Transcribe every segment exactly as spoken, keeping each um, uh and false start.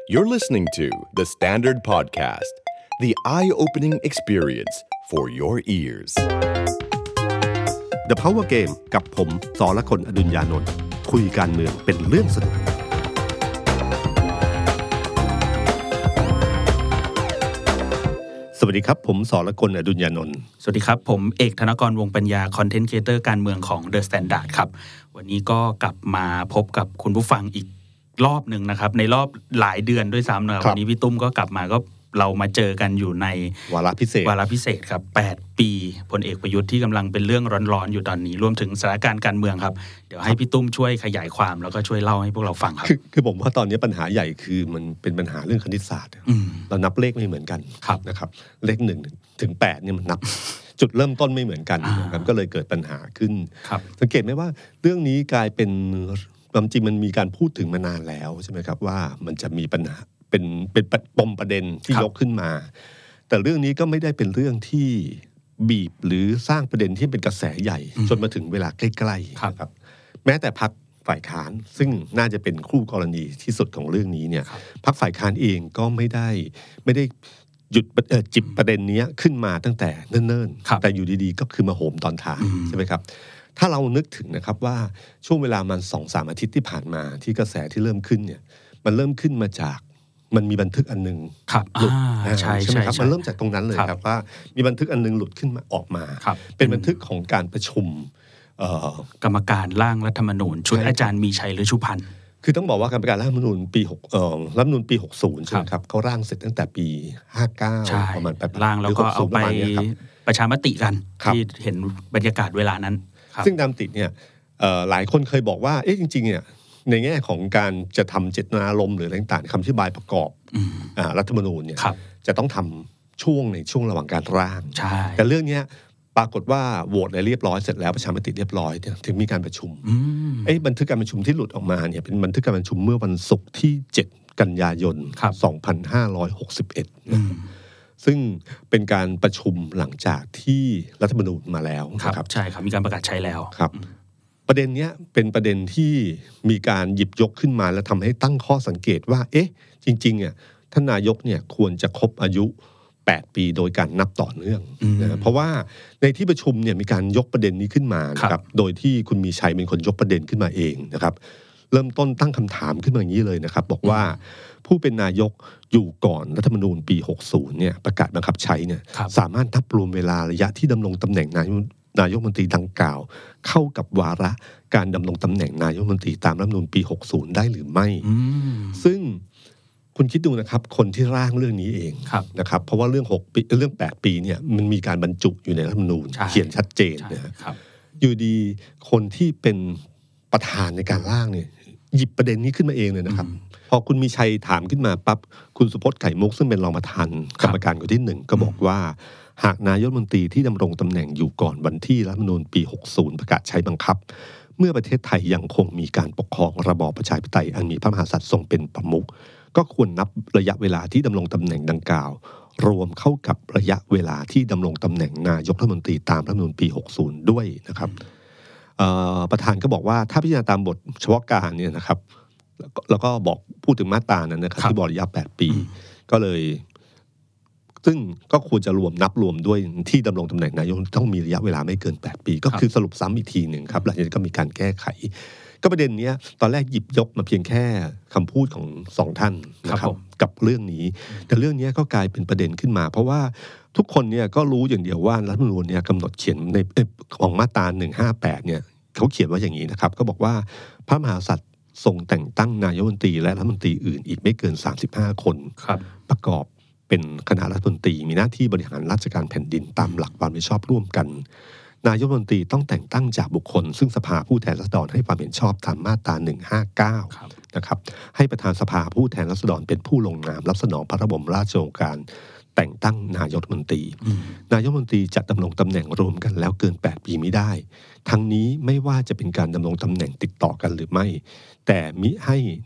You're listening to The Standard Podcast, the eye-opening experience for your ears. The Power Game กับผมสรกล อดุลยานนท์คุยการเมืองเป็นเรื่องสนุกสวัสดีครับผมสรกล อดุลยานนท์สวัสดีครับผมเอกธนกรวงปัญญาคอนเทนต์ครีเอเตอร์การเมืองของ The Standard ครับวันนี้ก็กลับมาพบกับคุณผู้ฟังอีกรอบหนึ่งนะครับในรอบหลายเดือนด้วยซ้ำนะครับวันนี้พี่ตุ้มก็กลับมาก็เรามาเจอกันอยู่ในวาระพิเศษวาระพิเศษครับแปดปีพลเอกประยุทธ์ที่กำลังเป็นเรื่องร้อนๆอยู่ตอนนี้รวมถึงสถานการณ์การเมืองครับเดี๋ยวให้พี่ตุ้มช่วยขยายความแล้วก็ช่วยเล่าให้พวกเราฟังครับคือคือผมว่าตอนนี้ปัญหาใหญ่คือมันเป็นปัญหาเรื่องคณิตศาสตร์เรานับเลขไม่เหมือนกันนะครับเลขหนึ่งถึงแปดเนี่ยมันนับจุดเริ่มต้นไม่เหมือนกันนะครับก็เลยเกิดปัญหาขึ้นสังเกตไหมว่าเรื่องนี้กลายเป็นความจริงมันมีการพูดถึงมานานแล้วใช่ไหมครับว่ามันจะมีปัญหาเป็นเป็นปมประเด็นที่ยกขึ้นมาแต่เรื่องนี้ก็ไม่ได้เป็นเรื่องที่บีบหรือสร้างประเด็นที่เป็นกระแสใหญ่จนมาถึงเวลาใกล้ๆครับแม้แต่พรรคฝ่ายค้านซึ่งน่าจะเป็นคู่กรณีที่สุดของเรื่องนี้เนี่ยพรรคฝ่ายค้านเองก็ไม่ได้ไม่ได้หยุดจิบประเด็นนี้ขึ้นมาตั้งแต่เนิ่นๆแต่อยู่ดีๆก็คือมาโหมตอนท้ายใช่ไหมครับถ้าเรานึกถึงนะครับว่าช่วงเวลามัน สองถึงสาม อาทิตย์ที่ผ่านมาที่กระแสที่เริ่มขึ้นเนี่ยมันเริ่มขึ้นมาจากมันมีบันทึกอันนึงหลุดใช่ใช่ไหมครับมันเริ่มจากตรงนั้นเลยครับว่ามีบันทึกอันนึงหลุดขึ้นมาออกมาเป็นบันทึกของการประชุมกรรมการร่างรัฐธรรมนูญชุดอาจารย์มีชัยฤชุพันธ์คือต้องบอกว่ากรรมการร่างรัฐธรรมนูญปีหกเอ่อรัฐธรรมนูญปีหกสิบใช่ไหมครับเขาร่างเสร็จตั้งแต่ปีห้าเก้าประมาณร่างแล้วก็เอาไปประชามติกันที่เห็นบรรยากาศเวลานั้นซึ่งตามติดเนี่ยหลายคนเคยบอกว่าเอ๊ะจริงๆเนี่ยในแง่ของการจะทำเจตนารมณ์หรืออะไรต่างๆคำอธิบายประกอบรัฐธรรมนูญเนี่ยจะต้องทำช่วงในช่วงระหว่างการร่างแต่เรื่องนี้ปรากฏว่าโหวตอะไรเรียบร้อยเสร็จแล้วประชามติเรียบร้อยถึงมีการประชุมไอ้บันทึกการประชุมที่หลุดออกมาเนี่ยเป็นบันทึกการประชุมเมื่อวันศุกร์ที่เจ็ดกันยายนสองพันห้าร้อยหกสิบเอ็ดซึ่งเป็นการประชุมหลังจากที่รัฐธรรมนูญมาแล้วครับใช่ครับมีการประกาศใช้แล้วครับประเด็นนี้เป็นประเด็นที่มีการหยิบยกขึ้นมาและทำให้ตั้งข้อสังเกตว่าเอ๊ะจริงๆเนี่ยท่านนายกเนี่ยควรจะครบอายุแปดปีโดยการนับต่อเนื่องนะเพราะว่าในที่ประชุมเนี่ยมีการยกประเด็นนี้ขึ้นมานะครับโดยที่คุณมีชัยเป็นคนยกประเด็นขึ้นมาเองนะครับเริ่มต้นตั้งคำถามขึ้นมาอย่างนี้เลยนะครับบอกว่าผู้เป็นนายกอยู่ก่อนรัฐธรรมนูญปีหกสิบเนี่ยประกาศบังคับใช้เนี่ยสามารถนับรวมเวลาระยะที่ดำรงตำแหน่งนายกนายกรัฐมนตรีดังกล่าวเข้ากับวาระการดำรงตำแหน่งนายกรัฐมนตรีตามรัฐธรรมนูญปีหกสิบได้หรือไม่ซึ่งคุณคิดดูนะครับคนที่ร่างเรื่องนี้เองนะครับเพราะว่าเรื่องหกปีเรื่องแปดปีเนี่ยมันมีการบรรจุอยู่ในรัฐธรรมนูญเขียนชัดเจนนะครับอยู่ดีคนที่เป็นประธานในการร่างเนี่ยหยิบประเด็นนี้ขึ้นมาเองเลยนะครับพอคุณมีชัยถามขึ้นมาปั๊บคุณสุพจน์ไข่มุกซึ่งเป็นรองประธานกรรมการคนที่หนึ่งก็บอกว่าหากนายกรัฐมนตรีที่ดำรงตำแหน่งอยู่ก่อนวันที่รัฐธรรมนูญปีหกสิบประกาศใช้บังคับเมื่อประเทศไทยยังคงมีการปกครองระบอบประชาธิปไตยอันมีพระมหากษัตริย์ทรงเป็นประมุขก็ควรนับระยะเวลาที่ดำรงตำแหน่งดังกล่าวรวมเข้ากับระยะเวลาที่ดำรงตำแหน่งนายกรัฐมนตรีตามรัฐธรรมนูญปีหกสิบด้วยนะครับประธานก็บอกว่าถ้าพิจารณาตามบทเฉพาะการเนี่ยนะครับแล้วก็บอกพูดถึงมาตรานั้นนะครับที่บอกระยะแปดปีก็เลยซึ่งก็ควรจะรวมนับรวมด้วยที่ดำรงตำแหน่งนายกต้องมีระยะเวลาไม่เกินแปดปีก็คือสรุปซ้ำอีกทีหนึ่งครับหลังจากนั้นก็มีการแก้ไขก็ประเด็นนี้ตอนแรกหยิบยกมาเพียงแค่คำพูดของสองท่านนะครับกับเรื่องนี้แต่เรื่องนี้ก็กลายเป็นประเด็นขึ้นมาเพราะว่าทุกคนเนี่ยก็รู้อย่างเดียวว่ารัฐธรรมนูญเนี่ยกำหนดเขียนในของมาตราหนึ่งห้าแปดเนี่ยเขาเขียนว่าอย่างนี้นะครับก็บอกว่าพระมหากษัตริย์ทรงแต่งตั้งนายกรัฐมนตรีและรัฐมนตรีอื่นอีกไม่เกินสามสิบห้าคนประกอบเป็นคณะรัฐมนตรีมีหน้าที่บริหารราชการแผ่นดินตามหลักความรับผิดชอบร่วมกันนายกรัฐมนตรีต้องแต่งตั้งจากบุคคลซึ่งสภาผู้แทนราษฎรให้ความเห็นชอบตามมาตราหนึ่งห้าเก้านะครับให้ประธานสภาผู้แทนราษฎรเป็นผู้ลงนามรับสนองพระบรมราชโองการแต่งตั้งนายกรัฐมนตรีนายกรัฐมนตรีจะดำรงตำแหน่งรวมกันแล้วเกินแปดปีไม่ได้ทั้งนี้ไม่ว่าจะเป็นการดำรงตำแหน่งติดต่อกันหรือไม่แต่มิให้นับ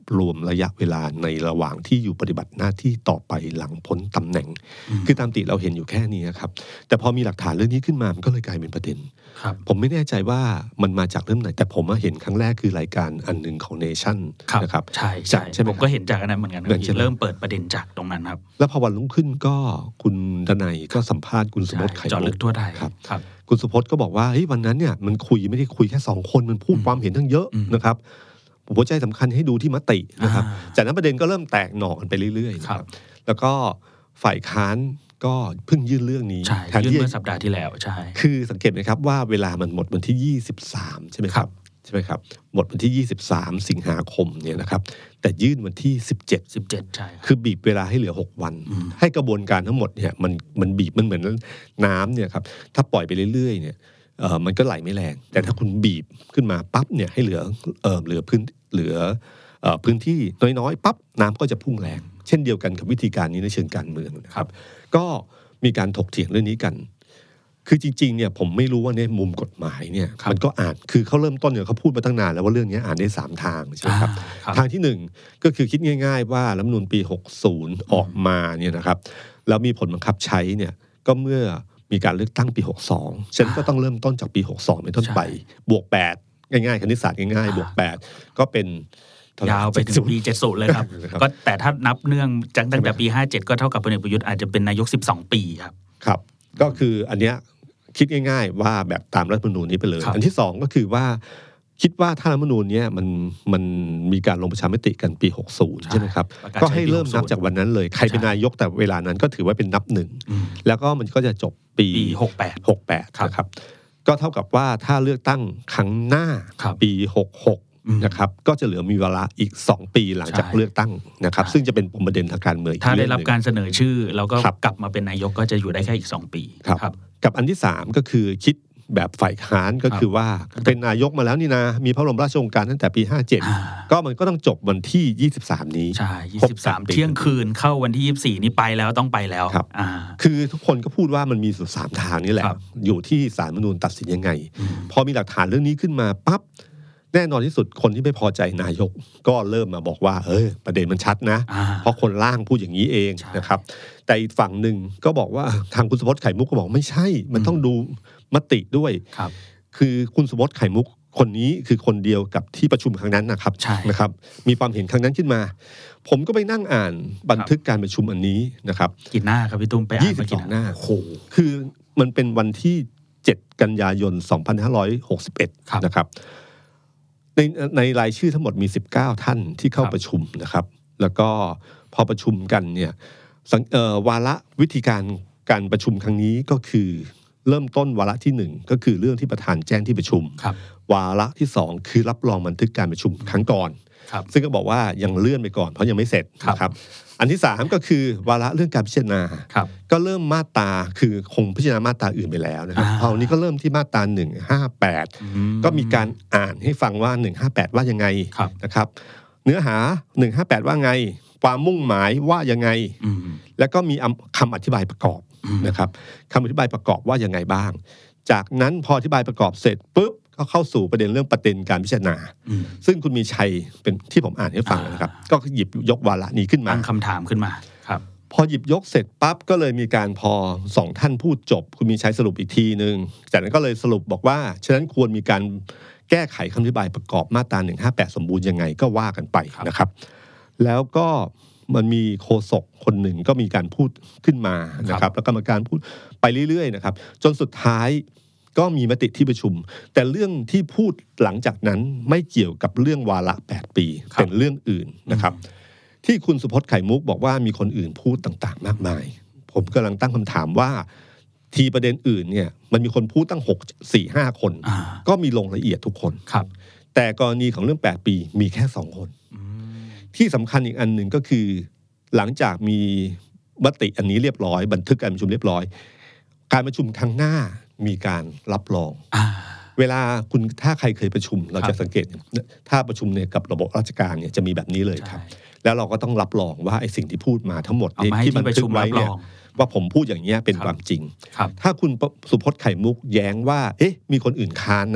รวมระยะเวลาในระหว่างที่อยู่ปฏิบัติหน้าที่ต่อไปหลังพ้นตำแหน่งคือตามติเราเห็นอยู่แค่นี้ครับแต่พอมีหลักฐานเรื่องนี้ขึ้นมามันก็เลยกลายเป็นประเด็นผมไม่แน่ใจว่ามันมาจากเรื่องไหนแต่ผมเห็นครั้งแรกคือรายการอันหนึ่งของเนชั่นนะครับใช่ใช่ใช่ผมก็เห็นจากอันนั้นเหมือนกันเริ่มเปิดประเด็นจากตรงนั้นครับแล้วพอวันรุ่งขึ้นก็คุณดนัยก็สัมภาษณ์คุณสุพจน์ไข่มุกเจาะลึกทั่วไทยครับคุณสุพจน์ก็บอกว่าเฮ้ยวันนั้นเนี่ยมันคุยไม่ได้คุยแค่สองคนมันพูดความเห็นทั้งเยอะนะครับหัวใจสำคัญให้ดูที่มตินะครับจากนั้นประเด็นก็เริ่มแตกหน่อกันไปเรื่อยๆนะครับแล้วก็ฝ่ายค้านก็เพิ่งยื่นเรื่องนี้ยื่นเมื่อสัปดาห์ที่แล้วใช่คือสังเกตไหมครับว่าเวลามันหมดวันที่ยี่สิบสามใช่ไหมครับใช่ไหมครับหมดวันที่ยี่สิบสามสิงหาคมเนี่ยนะครับแต่ยื่นวันที่สิบเจ็ดสิบเจ็ดใช่คือบีบเวลาให้เหลือหกวันให้กระบวนการทั้งหมดเนี่ยมันมันบีบมันเหมือนน้ำเนี่ยครับถ้าปล่อยไปเรื่อยๆเนี่ยเอ่อมันก็ไหลไม่แรงแต่ถ้าคุณบีบขึ้นมาปั๊บเนี่ยให้เหลือเอ่อเหลือพื้นเหลือเอ่อพื้นที่น้อยๆปั๊บน้ำก็จะพุ่งแรงเช่นเดียวกันกับวิธีการนี้ในเชิงการเมืองนะครับก็มีการถกเถียงเรื่องนี้กันคือจริงๆเนี่ยผมไม่รู้ว่าในมุมกฎหมายเนี่ยมันก็อ่านคือเขาเริ่มต้นเนี่ยเขาพูดมาตั้งนานแล้วว่าเรื่องนี้อ่านได้สามทางใช่ไหมครับทางที่หนึ่งก็คือคิดง่ายๆว่ารัฐธรรมนูญปีหกสิบออกมาเนี่ยนะครับแล้วมีผลบังคับใช้เนี่ยก็เมื่อมีการเลือกตั้งปีหกสิบสองฉันก็ต้องเริ่มต้นจากปีหกสิบสองเป็นต้นไปบวกแปดง่ายๆคณิตศาสตร์ง่ายๆบวกแปดก็เป็นยาวไปถึงปีเจ็ดสิบเลยครับก็แต่ถ้านับเนื่องจากตั้งแต่ปีห้าสิบเจ็ดก็เท่ากับพลเอกประยุทธ์อาจจะเป็นนายกสิบสองปีครับครับก็คืออันเนี้ยคิดง่ายๆว่าแบบตามรัฐธรรมนูญนี้ไปเลยอันที่สองก็คือว่าคิดว่าถ้ารัฐธรรมนูญเนี้ยมันมันมีการลงประชามติกันปีหกสิบใช่ไหมครับก็ให้เริ่มนับจากวันนั้นเลยใครเป็นนายกแต่เวลานั้นก็ถือว่าเป็นนับหนึ่งแล้วก็มันก็จะจบปีหกสิบแปดหกสิบแปดนะครับก็เท่ากับว่าถ้าเลือกตั้งครั้งหน้าปีหกสิบหกนะครับก็จะเหลือมีเวลาอีกสองปีหลังจากเลือกตั้งนะครับซึ่งจะเป็นปมประเด็นทางการเมืองถ้าได้รับการเสนอชื่อแล้วก็กลับมาเป็นนายกก็จะอยู่ได้แค่อีกสองปีครับกับอันที่สามก็คือคิดแบบฝ่ายค้านก็คือว่าเป็นนายกมาแล้วนี่นะมีพระบรมราชโองการตั้งแต่ปีห้าสิบเจ็ดก็มันก็ต้องจบวันที่ยี่สิบสามนี้ใช่ยี่สิบสามเที่ยงคืนเข้าวันที่ยี่สิบสี่นี้ไปแล้วต้องไปแล้วครับคือทุกคนก็พูดว่ามันมีสุดสามทางนี้แหละอยู่ที่ศาลรัฐธรรมนูญตัดสินยังไงพอมีหลักฐานเรื่องนี้ขึ้นมาปั๊บแน่นอนที่สุดคนที่ไม่พอใจนายกก็เริ่มมาบอกว่าเออประเด็นมันชัดนะเพราะคนล่างพูดอย่างนี้เองนะครับแต่อีกฝั่งหนึ่งก็บอกว่าทางคุณสุพจน์ไข่มุกก็บอกไม่ใช่มันต้องดูมติด้วยคือคุณสุพจน์ไข่มุกคนนี้คือคนเดียวกับที่ประชุมครั้งนั้นนะครับนะครับมีความเห็นครั้งนั้นขึ้นมาผมก็ไปนั่งอ่านบันทึกการประชุมอันนี้นะครับกี่หน้าครับพี่ตุ้มไปอ่านยี่สิบสองหน้าโอ้โหคือมันเป็นวันที่เจ็ดกันยายนสองพันห้าร้อยหกสิบเอ็ดนะครับในในรายชื่อทั้งหมดมีสิบเก้าท่านที่เข้าประชุมนะครับแล้วก็พอประชุมกันเนี่ยวาระวิธีการการประชุมครั้งนี้ก็คือเริ่มต้นวาระที่หนึ่งก็คือเรื่องที่ประธานแจ้งที่ประชุมวาระที่สองคือรับรองบันทึกการประชุมครั้งก่อนซึ่งก็บอกว่ายังเลื่อนไปก่อนเพราะยังไม่เสร็จนะครับอันที่สามก็คือวาระเรื่องการพิจารณาก็เริ่มมาตราคือคงพิจารณามาตราอื่นไปแล้วนะครับคราวนี้ก็เริ่มที่มาตราหนึ่งห้าแปดก็มีการอ่านให้ฟังว่าหนึ่งห้าแปดว่ายังไงนะครับเนื้อหาหนึ่งห้าแปดว่าไงความมุ่งหมายว่ายังไงแล้วก็มีคำอธิบายประกอบนะครับคำอธิบายประกอบว่ายังไงบ้างจากนั้นพออธิบายประกอบเสร็จปุ๊บก็เข้าสู่ประเด็นเรื่องประเด็นการพิจารณาซึ่งคุณมีชัยเป็นที่ผมอ่านให้ฟังนะครับก็หยิบยกวาระนี้ขึ้นมาตั้งคำถามขึ้นมาครับพอหยิบยกเสร็จปั๊บก็เลยมีการพอสองท่านพูดจบคุณมีชัยสรุปอีกทีนึงจากนั้นก็เลยสรุปบอกว่าฉะนั้นควรมีการแก้ไขคำอธิบายประกอบมาตราหนึ่งห้าแปดสมบูรณ์ยังไงก็ว่ากันไปนะครับแล้วก็มันมีโฆษกคนหนึ่งก็มีการพูดขึ้นมานะครับแล้วกรรมการพูดไปเรื่อยๆนะครับจนสุดท้ายก็มีมติที่ประชุมแต่เรื่องที่พูดหลังจากนั้นไม่เกี่ยวกับเรื่องวาระแปดปีเป็นเรื่องอื่นนะครับที่คุณสุพจน์ไข่มุกบอกว่ามีคนอื่นพูดต่างๆมากมายผมกำลังตั้งคำถามว่าทีประเด็นอื่นเนี่ยมันมีคนพูดตั้งหก สี่ ห้าคนก็มีลงละเอียดทุกคนแต่กรณีของเรื่องแปดปีมีแค่สองคนที่สำคัญอีกอันหนึ่งก็คือหลังจากมีมติอันนี้เรียบร้อยบันทึกการประชุมเรียบร้อยการประชุมครั้งหน้ามีการรับรองเวลาคุณถ้าใครเคยประชุมเราจะสังเกตถ้าประชุมเนี่ยกับระบบราชการเนี่ยจะมีแบบนี้เลยครับแล้วเราก็ต้องรับรองว่าไอ้สิ่งที่พูดมาทั้งหมดที่บันทึกไว้เนี่ยว่าผมพูดอย่างนี้เป็นความจริงถ้าคุณสุพจน์ไข่มุกแย้งว่าเอ๊ะมีคนอื่นค้านนะ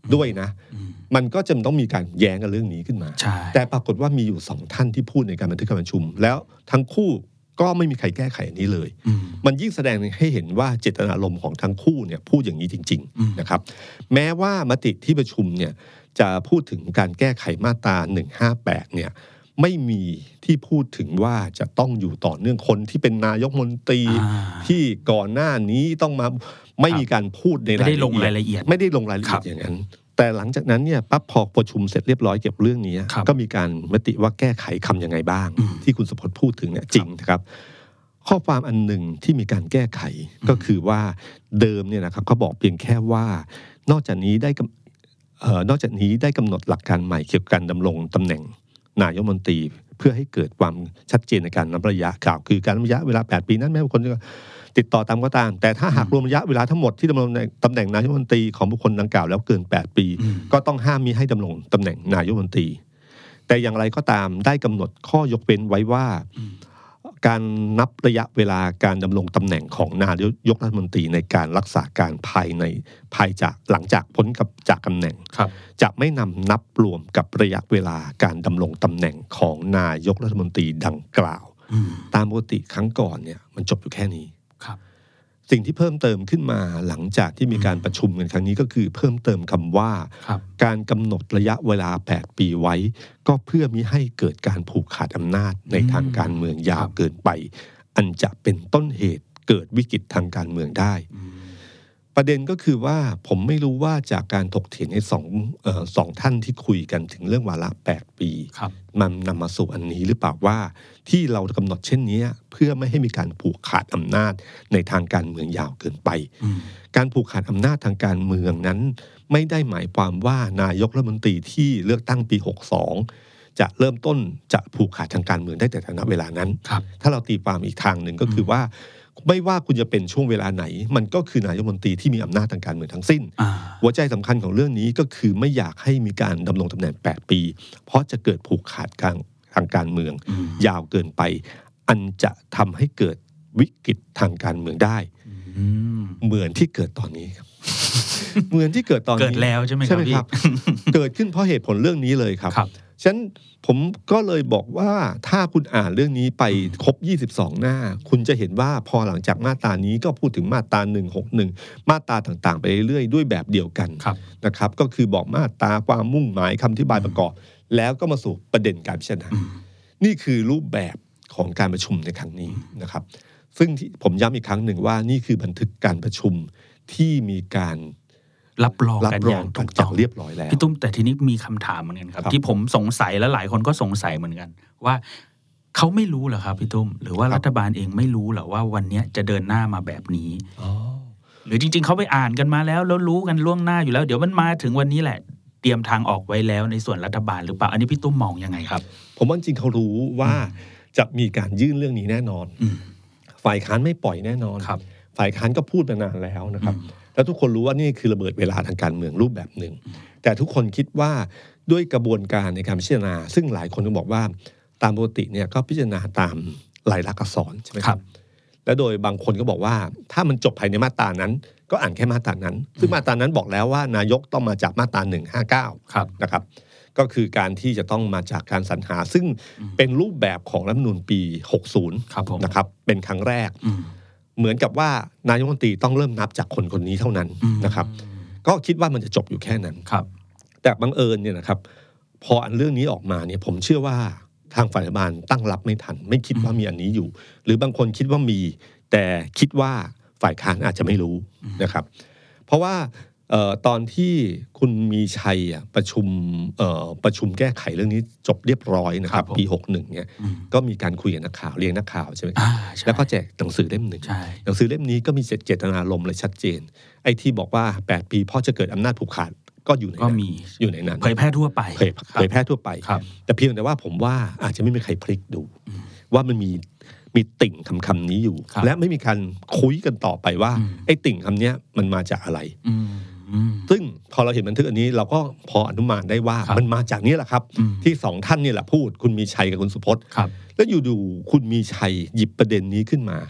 ด้วยนะมันก็จะต้องมีการแย้งกันเรื่องนี้ขึ้นมาแต่ปรากฏว่ามีอยู่สองท่านที่พูดในการบันทึกการประชุมแล้วทั้งคู่ก็ไม่มีใครแก้ไขอันนี้เลยมันยิ่งแสดงให้เห็นว่าเจตนารมณ์ของทั้งคู่เนี่ยพูดอย่างนี้จริงๆนะครับแม้ว่ามติที่ประชุมเนี่ยจะพูดถึงการแก้ไขมาตราหนึ่งห้าแปดเนี่ยไม่มีที่พูดถึงว่าจะต้องอยู่ต่อเนื่องคนที่เป็นนายกรัฐมนตรีที่ก่อนหน้านี้ต้องมาไม่มีการพูดในรายละเอียดไม่ได้ลงรายละเอียดอย่างนั้นแต่หลังจากนั้นเนี่ยปั๊บพอประชุมเสร็จเรียบร้อยเกี่ยวกับเรื่องนี้ก็มีการมติว่าแก้ไขคำยังไงบ้างที่คุณสุพจน์พูดถึงเนี่ยจริงนะครับข้อความอันหนึ่งที่มีการแก้ไขก็คือว่าเดิมเนี่ยนะครับเขาบอกเพียงแค่ว่านอกจากนี้ได้เอ่อนอกจากนี้ได้กำหนดหลักการใหม่เกี่ยวกับการดำรงตำแหน่งนายกรัฐมนตรีเพื่อให้เกิดความชัดเจนในการนับระยะข่าวคือการนับระยะเวลาแปดปีนั้นแม้บุคคลจะติดต่อตามก็ตามแต่ถ้าหากรวมระยะเวลาทั้งหมดที่ดำรงตำแหน่งนายกรัฐมนตรีของบุคคลดังกล่าวแล้วเกินแปดปีก็ต้องห้ามมิให้ดำรงตำแหน่งนายกรัฐมนตรีแต่อย่างไรก็ตามได้กำหนดข้อยกเว้นไว้ว่าการนับระยะเวลาการดำรงตำแหน่งของนายกรัฐมนตรีในการรักษาการภายในภายจากหลังจากพ้นกับจากตำแหน่งจะไม่นำนับรวมกับระยะเวลาการดำรงตำแหน่งของนายกรัฐมนตรีดังกล่าวตามปกติครั้งก่อนเนี่ยมันจบอยู่แค่นี้สิ่งที่เพิ่มเติมขึ้นมาหลังจากที่มีการประชุมกันครั้งนี้ก็คือเพิ่มเติมคำว่าการกำหนดระยะเวลาแปดปีไว้ก็เพื่อมิให้เกิดการผูกขาดอำนาจในทางการเมืองยาวเกินไปอันจะเป็นต้นเหตุเกิดวิกฤตทางการเมืองได้ประเด็นก็คือว่าผมไม่รู้ว่าจากการถกเถียงในสองเอ่อสองท่านที่คุยกันถึงเรื่องวาระแปดปีมันนำมาสู่อันนี้หรือเปล่าว่าที่เรากำหนดเช่นนี้เพื่อไม่ให้มีการผูกขาดอำนาจในทางการเมืองยาวเกินไปการผูกขาดอำนาจทางการเมืองนั้นไม่ได้หมายความว่านายกรัฐมนตรีที่เลือกตั้งปีหกสิบสองจะเริ่มต้นจะผูกขาดทางการเมืองได้แต่ณเวลานั้นถ้าเราตีความอีกทางหนึ่งก็คือว่าไม่ว่าคุณจะเป็นช่วงเวลาไหนมันก็คือนายกรัฐมนตรีที่มีอำนาจทางการเมืองทั้งสิ้นหัวใจสำคัญของเรื่องนี้ก็คือไม่อยากให้มีการดำรงตำแหน่งแปดปีเพราะจะเกิดผูกขาดทางทางการเมืองยาวเกินไปอันจะทำให้เกิดวิกฤตทางการเมืองได้เหมือนที่เกิดตอนนี้ครับ เหมือนที่เกิดตอนนี้เกิดแล้วใช่ไหมครับเกิดขึ้นเพราะเหตุผลเรื่องนี้เลยครับฉะนั้นผมก็เลยบอกว่าถ้าคุณอ่านเรื่องนี้ไปครบยี่สิบสองหน้าคุณจะเห็นว่าพอหลังจากมาตรานี้ก็พูดถึงมาตราหนึ่งหกหนึ่งมาตราต่างๆไปเรื่อยๆด้วยแบบเดียวกันนะครับก็คือบอกมาตราความมุ่งหมายคำอธิบายประกอบแล้วก็มาสู่ประเด็นการพิจารณานี่คือรูปแบบของการประชุมในครั้งนี้นะครับซึ่งผมย้ำอีกครั้งหนึ่งว่านี่คือบันทึกการประชุมที่มีการรับรองกันอย่างถูกต้องเรียบร้อยแล้วพี่ตุ้มแต่ทีนี้มีคำถามเหมือนกันครับที่ผมสงสัยและหลายคนก็สงสัยเหมือนกันว่าเขาไม่รู้เหรอครับพี่ตุ้มหรือว่ารัฐบาลเองไม่รู้เหรอว่าวันนี้จะเดินหน้ามาแบบนี้หรือจริงๆเขาไปอ่านกันมาแล้วแล้วรู้กันล่วงหน้าอยู่แล้วเดี๋ยวมันมาถึงวันนี้แหละเตรียมทางออกไว้แล้วในส่วนรัฐบาลหรือเปล่าอันนี้พี่ตุ้มมองยังไงครับผมว่าจริงเขารู้ว่าจะมีการยื่นเรื่องนี้แน่นอนฝ่ายค้านไม่ปล่อยแน่นอนฝ่ายค้านก็พูดมานานแล้วนะครับแล้วทุกคนรู้ว่านี่คือระเบิดเวลาทางการเมืองรูปแบบหนึ่งแต่ทุกคนคิดว่าด้วยกระบวนการในการพิจารณาซึ่งหลายคนก็บอกว่าตามปกติเนี่ยก็พิจารณาตามลายลักษณ์อักษรใช่ไหมครับและโดยบางคนก็บอกว่าถ้ามันจบภายในมาตรานั้นก็อ่านแค่มาตรานั้นซึ่งมาตรานั้นบอกแล้วว่านายกต้องมาจากมาตราหนึ่งห้าเก้านะครับก็คือการที่จะต้องมาจากการสรรหาซึ่งเป็นรูปแบบของรัฐธรรมนูญปีหกสิบนะครับเป็นครั้งแรกเหมือนกับว่านายกรัฐมนตรีต้องเริ่มนับจากคนคนนี้เท่านั้นนะครับก็คิดว่ามันจะจบอยู่แค่นั้นแต่บังเอิญเนี่ยนะครับพออันเรื่องนี้ออกมาเนี่ยผมเชื่อว่าทางฝ่ายรัฐบาลตั้งรับไม่ทันไม่คิดว่ามีอันนี้อยู่หรือบางคนคิดว่ามีแต่คิดว่าฝ่ายค้านอาจจะไม่รู้นะครับเพราะว่าเอ่อตอนที่คุณมีชัยประชุมเอ่อประชุมแก้ไขเรื่องนี้จบเรียบร้อยนะครับปีหกสิบเอ็ดเนี่ยก็มีการคุยกับนักข่าวเรียนนักข่าวใช่ไหมครับแล้วก็แจกหนังสือเล่มหนึ่งหนังสือเล่มนี้ก็มีเจตนารมณ์เลยชัดเจนไอ้ที่บอกว่าแปดปีเพราะจะเกิดอำนาจผูกขาดก็อยู่ในนั้นอยู่ในนั้นเผยแพร่ทั่วไปเผยแพร่ทั่วไปแต่เพียงแต่ว่าผมว่าอาจจะไม่มีใครพลิกดูว่ามันมีมีติ่งคำคำนี้อยู่และไม่มีการคุยกันต่อไปว่าไอ้ติ่งคำนี้มันมาจากอะไรซึ่งพอเราเห็นบันทึกอันนี้เราก็พออนุมานได้ว่ามันมาจากนี้แหละครับที่สองท่านนี่แหละพูดคุณมีชัยกับคุณสุพจน์แล้วอยู่ดูคุณมีชัยหยิบประเด็นนี้ขึ้นมา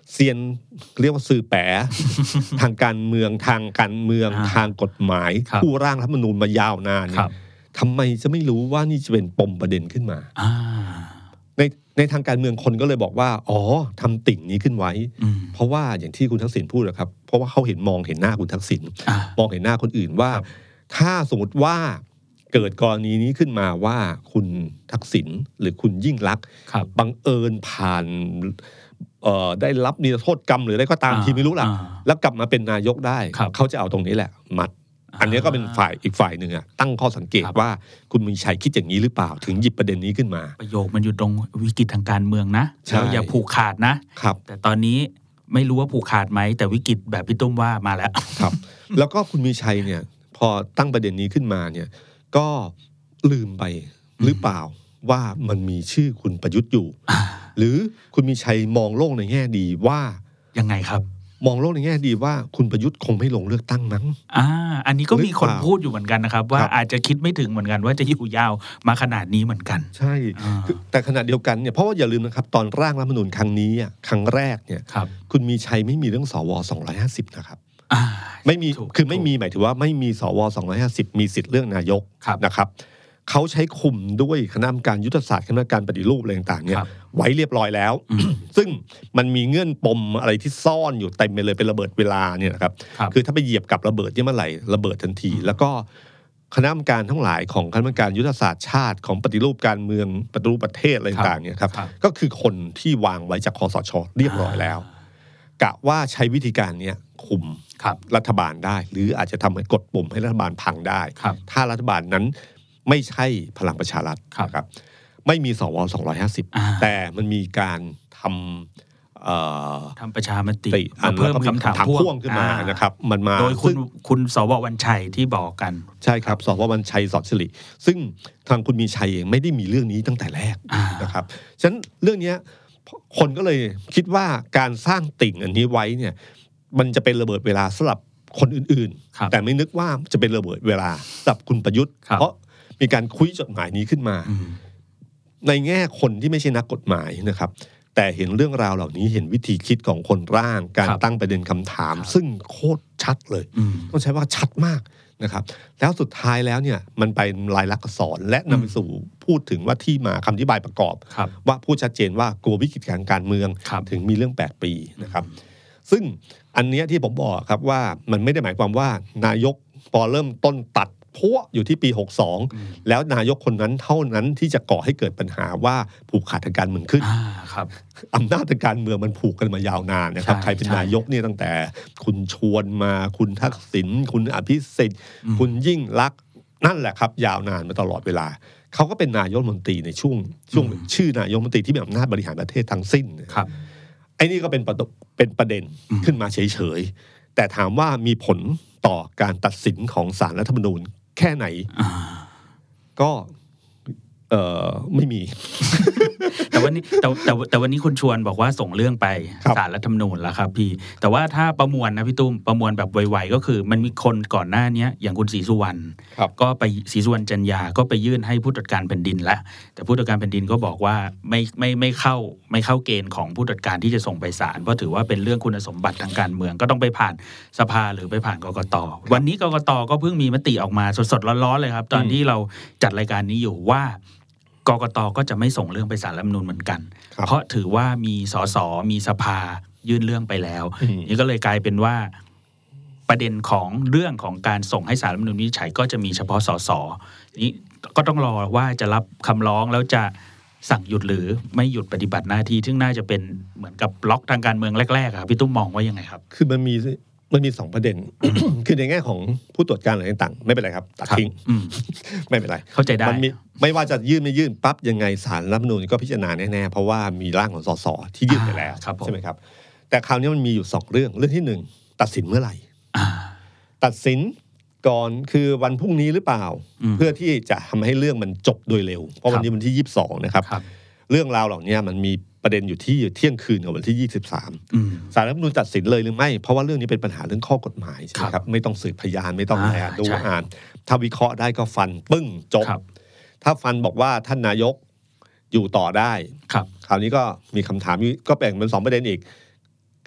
เซียนเรียกว่าสื่อแปะ ทางการเมืองทางการเมืองทางกฎหมายผู้ร่างรัฐธรรมนูญมายาวนานเนี่ยทำไมจะไม่รู้ว่านี่จะเป็นปมประเด็นขึ้นมาในในทางการเมืองคนก็เลยบอกว่าอ๋อทำติ่งนี้ขึ้นไว้เพราะว่าอย่างที่คุณทักษิณพูดนะครับเพราะว่าเขาเห็นมองเห็นหน้าคุณทักษิณมองเห็นหน้าคนอื่นว่าถ้าสมมติว่าเกิดกรณีนี้ขึ้นมาว่าคุณทักษิณหรือคุณยิ่งลักษณ์บังเอิญผ่านได้รับนิรโทษกรรมหรืออะไรก็ตามทีไม่รู้ล่ะแล้วกลับมาเป็นนายกได้เขาจะเอาตรงนี้แหละมัดอันนี้ก็เป็นฝ่ายอีกฝ่ายหนึ่งอะตั้งข้อสังเกตว่าคุณมีชัยคิดอย่างนี้หรือเปล่าถึงหยิบประเด็นนี้ขึ้นมาประโยคมันอยู่ตรงวิกฤตทางการเมืองนะเราอย่าผูกขาดนะครับแต่ตอนนี้ไม่รู้ว่าผูกขาดไหมแต่วิกฤตแบบพี่ตุ้มว่ามาแล้วครับแล้วก็คุณมีชัยเนี่ยพอตั้งประเด็นนี้ขึ้นมาเนี่ยก็ลืมไปหรือเปล่าว่ามันมีชื่อคุณประยุทธ์อยู่หรือคุณมีชัยมองโลกในแง่ดีว่ายังไงครับมองโลกในแง่ดีว่าคุณประยุทธ์คงไม่ลงเลือกตั้งมั้งอ่าอันนี้ก็มีคนพูดอยู่เหมือนกันนะครับว่าอาจจะคิดไม่ถึงเหมือนกันว่าจะอยู่ยาวมาขนาดนี้เหมือนกันใช่แต่ขณะเดียวกันเนี่ยเพราะว่าอย่าลืมนะครับตอนร่างรัฐธรรมนูญครั้งนี้ครั้งแรกเนี่ยคุณมีชัยไม่มีเรื่องสวสองร้อยห้าสิบนะครับไม่มีคือไม่มีหมายถึงว่าไม่มีสวสองร้อยห้าสิบมีสิทธิ์เรื่องนายกนะครับเขาใช้คุมด้วยคณะกรรมการยุทธศาสตร์คณะกรรมการปฏิรูปอะไรต่างๆเนี่ยไว้เรียบร้อยแล้วซึ่งมันมีเงื่อนปมอะไรที่ซ่อนอยู่เต็มไปเลยเป็นระเบิดเวลาเนี่ยนะครับคือถ้าไปเหยียบกับระเบิดที่เมื่อไหร่ระเบิดทันทีแล้วก็คณะกรรมการทั้งหลายของคณะกรรมการยุทธศาสตร์ชาติของปฏิรูปการเมืองปฏิรูปประเทศอะไรต่างๆเนี่ยครับก็คือคนที่วางไว้จากคสช.เรียบร้อยแล้วกะว่าใช้วิธีการนี้คุมรัฐบาลได้หรืออาจจะทำให้กดปุ่มให้รัฐบาลพังได้ถ้ารัฐบาลนั้นไม่ใช่พลังประชารัฐนะครับไม่มีสวสองร้อยห้าสิบแต่มันมีการทำทำประชามติเพิ่มคำถามพ่วงขึ้นมานะครับมันมาโดยคุณคุณสววรรณชัยที่บอกกันใช่ครับสววรรณชัยสอนสิริซึ่งทางคุณมีชัยเองไม่ได้มีเรื่องนี้ตั้งแต่แรกนะครับฉะนั้นเรื่องนี้คนก็เลยคิดว่าการสร้างติ่งอันนี้ไว้เนี่ยมันจะเป็นระเบิดเวลาสำหรับคนอื่นๆแต่ไม่นึกว่าจะเป็นระเบิดเวลาสำหรับคุณประยุทธ์เพราะมีการคุยจดหมายนี้ขึ้นมาในแง่คนที่ไม่ใช่นักกฎหมายนะครับแต่เห็นเรื่องราวเหล่านี้เห็นวิธีคิดของคนร่างการตั้งประเด็นคำถามซึ่งโคตรชัดเลยต้องใช้ว่าชัดมากนะครับแล้วสุดท้ายแล้วเนี่ยมันไปลายลักษณ์อักษรและนำไปสู่พูดถึงว่าที่มาคำอธิบายประกอบว่าพูดชัดเจนว่ากลัววิกฤตการการเมืองถึงมีเรื่องแปดปีนะครับซึ่งอันนี้ที่ผมบอกครับว่ามันไม่ได้หมายความว่านายกพอเริ่มต้นตัดพวกอยู่ที่ปีหกสิบสองแล้วนายกคนนั้นเท่านั้นที่จะก่อให้เกิดปัญหาว่าผูกขาดทางการเมืองขึ้นอำนาจทางการเมืองมันผูกกันมายาวนานนะครับใครเป็นนายกเนี่ยตั้งแต่คุณชวนมาคุณทักษิณคุณอภิสิทธิ์คุณยิ่งลักษณ์นั่นแหละครับยาวนานมาตลอดเวลาเขาก็เป็นนายกรัฐมนตรีในช่วงช่วงชื่อนายกรัฐมนตรีที่มีอำนาจบริหารประเทศทั้งสิ้นไอ้นี่ก็เป็นเป็นประเด็นขึ้นมาเฉยๆแต่ถามว่ามีผลต่อการตัดสินของศาลรัฐธรรมนูญแค่ไหนก็เอ่อไม่มีแต่วันนี้แต่แต่แต่วันนี้คุณชวนบอกว่าส่งเรื่องไปศาลรัฐธรรมนูญแล้วครับพี่แต่ว่าถ้าประมวลนะพี่ตุ้มประมวลแบบไวๆก็คือมันมีคนก่อนหน้านี้อย่างคุณศรีสุวรรณก็ไปศรีสุวรรณจันยาก็ไปยื่นให้ผู้ตรวจการแผ่นดินแล้วแต่ผู้ตรวจการแผ่นดินก็บอกว่าไม่ไม่ไม่เข้าไม่เข้าเกณฑ์ของผู้ตรวจการที่จะส่งไปศาลเพราะถือว่าเป็นเรื่องคุณสมบัติทางการเมืองก็ต้องไปผ่านสภาหรือไปผ่านกกต.วันนี้กกต.ก็เพิ่งมีมติออกมาสดๆร้อนๆเลยครับตอนที่เราจัดรายการนี้อยู่ว่ากกต.ก็จะไม่ส่งเรื่องไปศาลรัฐธรรมนูญเหมือนกันเพราะถือว่ามีสสมีสภายื่นเรื่องไปแล้วนี่ก็เลยกลายเป็นว่าประเด็นของเรื่องของการส่งให้ศาลรัฐธรรมนูญวินิจฉัยก็จะมีเฉพาะสสนี้ก็ต้องรอว่าจะรับคำร้องแล้วจะสั่งหยุดหรือไม่หยุดปฏิบัติหน้าที่ซึ่งน่าจะเป็นเหมือนกับบล็อกทางการเมืองแรกๆครับพี่ตุ้มมองว่ายังไงครับคือมันมีมันมีสองประเด็น คือในแง่ของผู้ตรวจการอะไรต่างๆไม่เป็นไรครับตัดทิ้งไม่เป็นไรเข้าใจได้มันมีไม่ว่าจะยื่นไม่ยื่นปั๊บยังไงศาลรัฐธรรมนูญก็พิจารณาแน่ๆเพราะว่ามีร่างของสสที่ยื่นไปแล้วใช่ไหมครับแต่คราวนี้มันมีอยู่สองเรื่องเรื่องที่หนึ่งตัดสินเมื่อไหร่ตัดสินก่อนคือวันพรุ่งนี้หรือเปล่าเพื่อที่จะทำให้เรื่องมันจบโดยเร็วเพราะวันนี้วันที่ยี่สิบสองนะครับเรื่องราวเหล่านี้มันมีประเด็นอยู่ที่เที่ยงคืนของวันที่ยี่สิบสามศาลรัฐธรรมนูญตัดสินเลยหรือไม่เพราะว่าเรื่องนี้เป็นปัญหาเรื่องข้อกฎหมายใช่ไหมครับไม่ต้องสืบพยานไม่ต้องแอบดูอ่านถ้าวิเคราะห์ได้ก็ฟันปึ้งจบถ้าฟันบอกว่าท่านนายกอยู่ต่อได้คราวนี้ก็มีคำถามก็แบ่งเป็นสองประเด็นอีก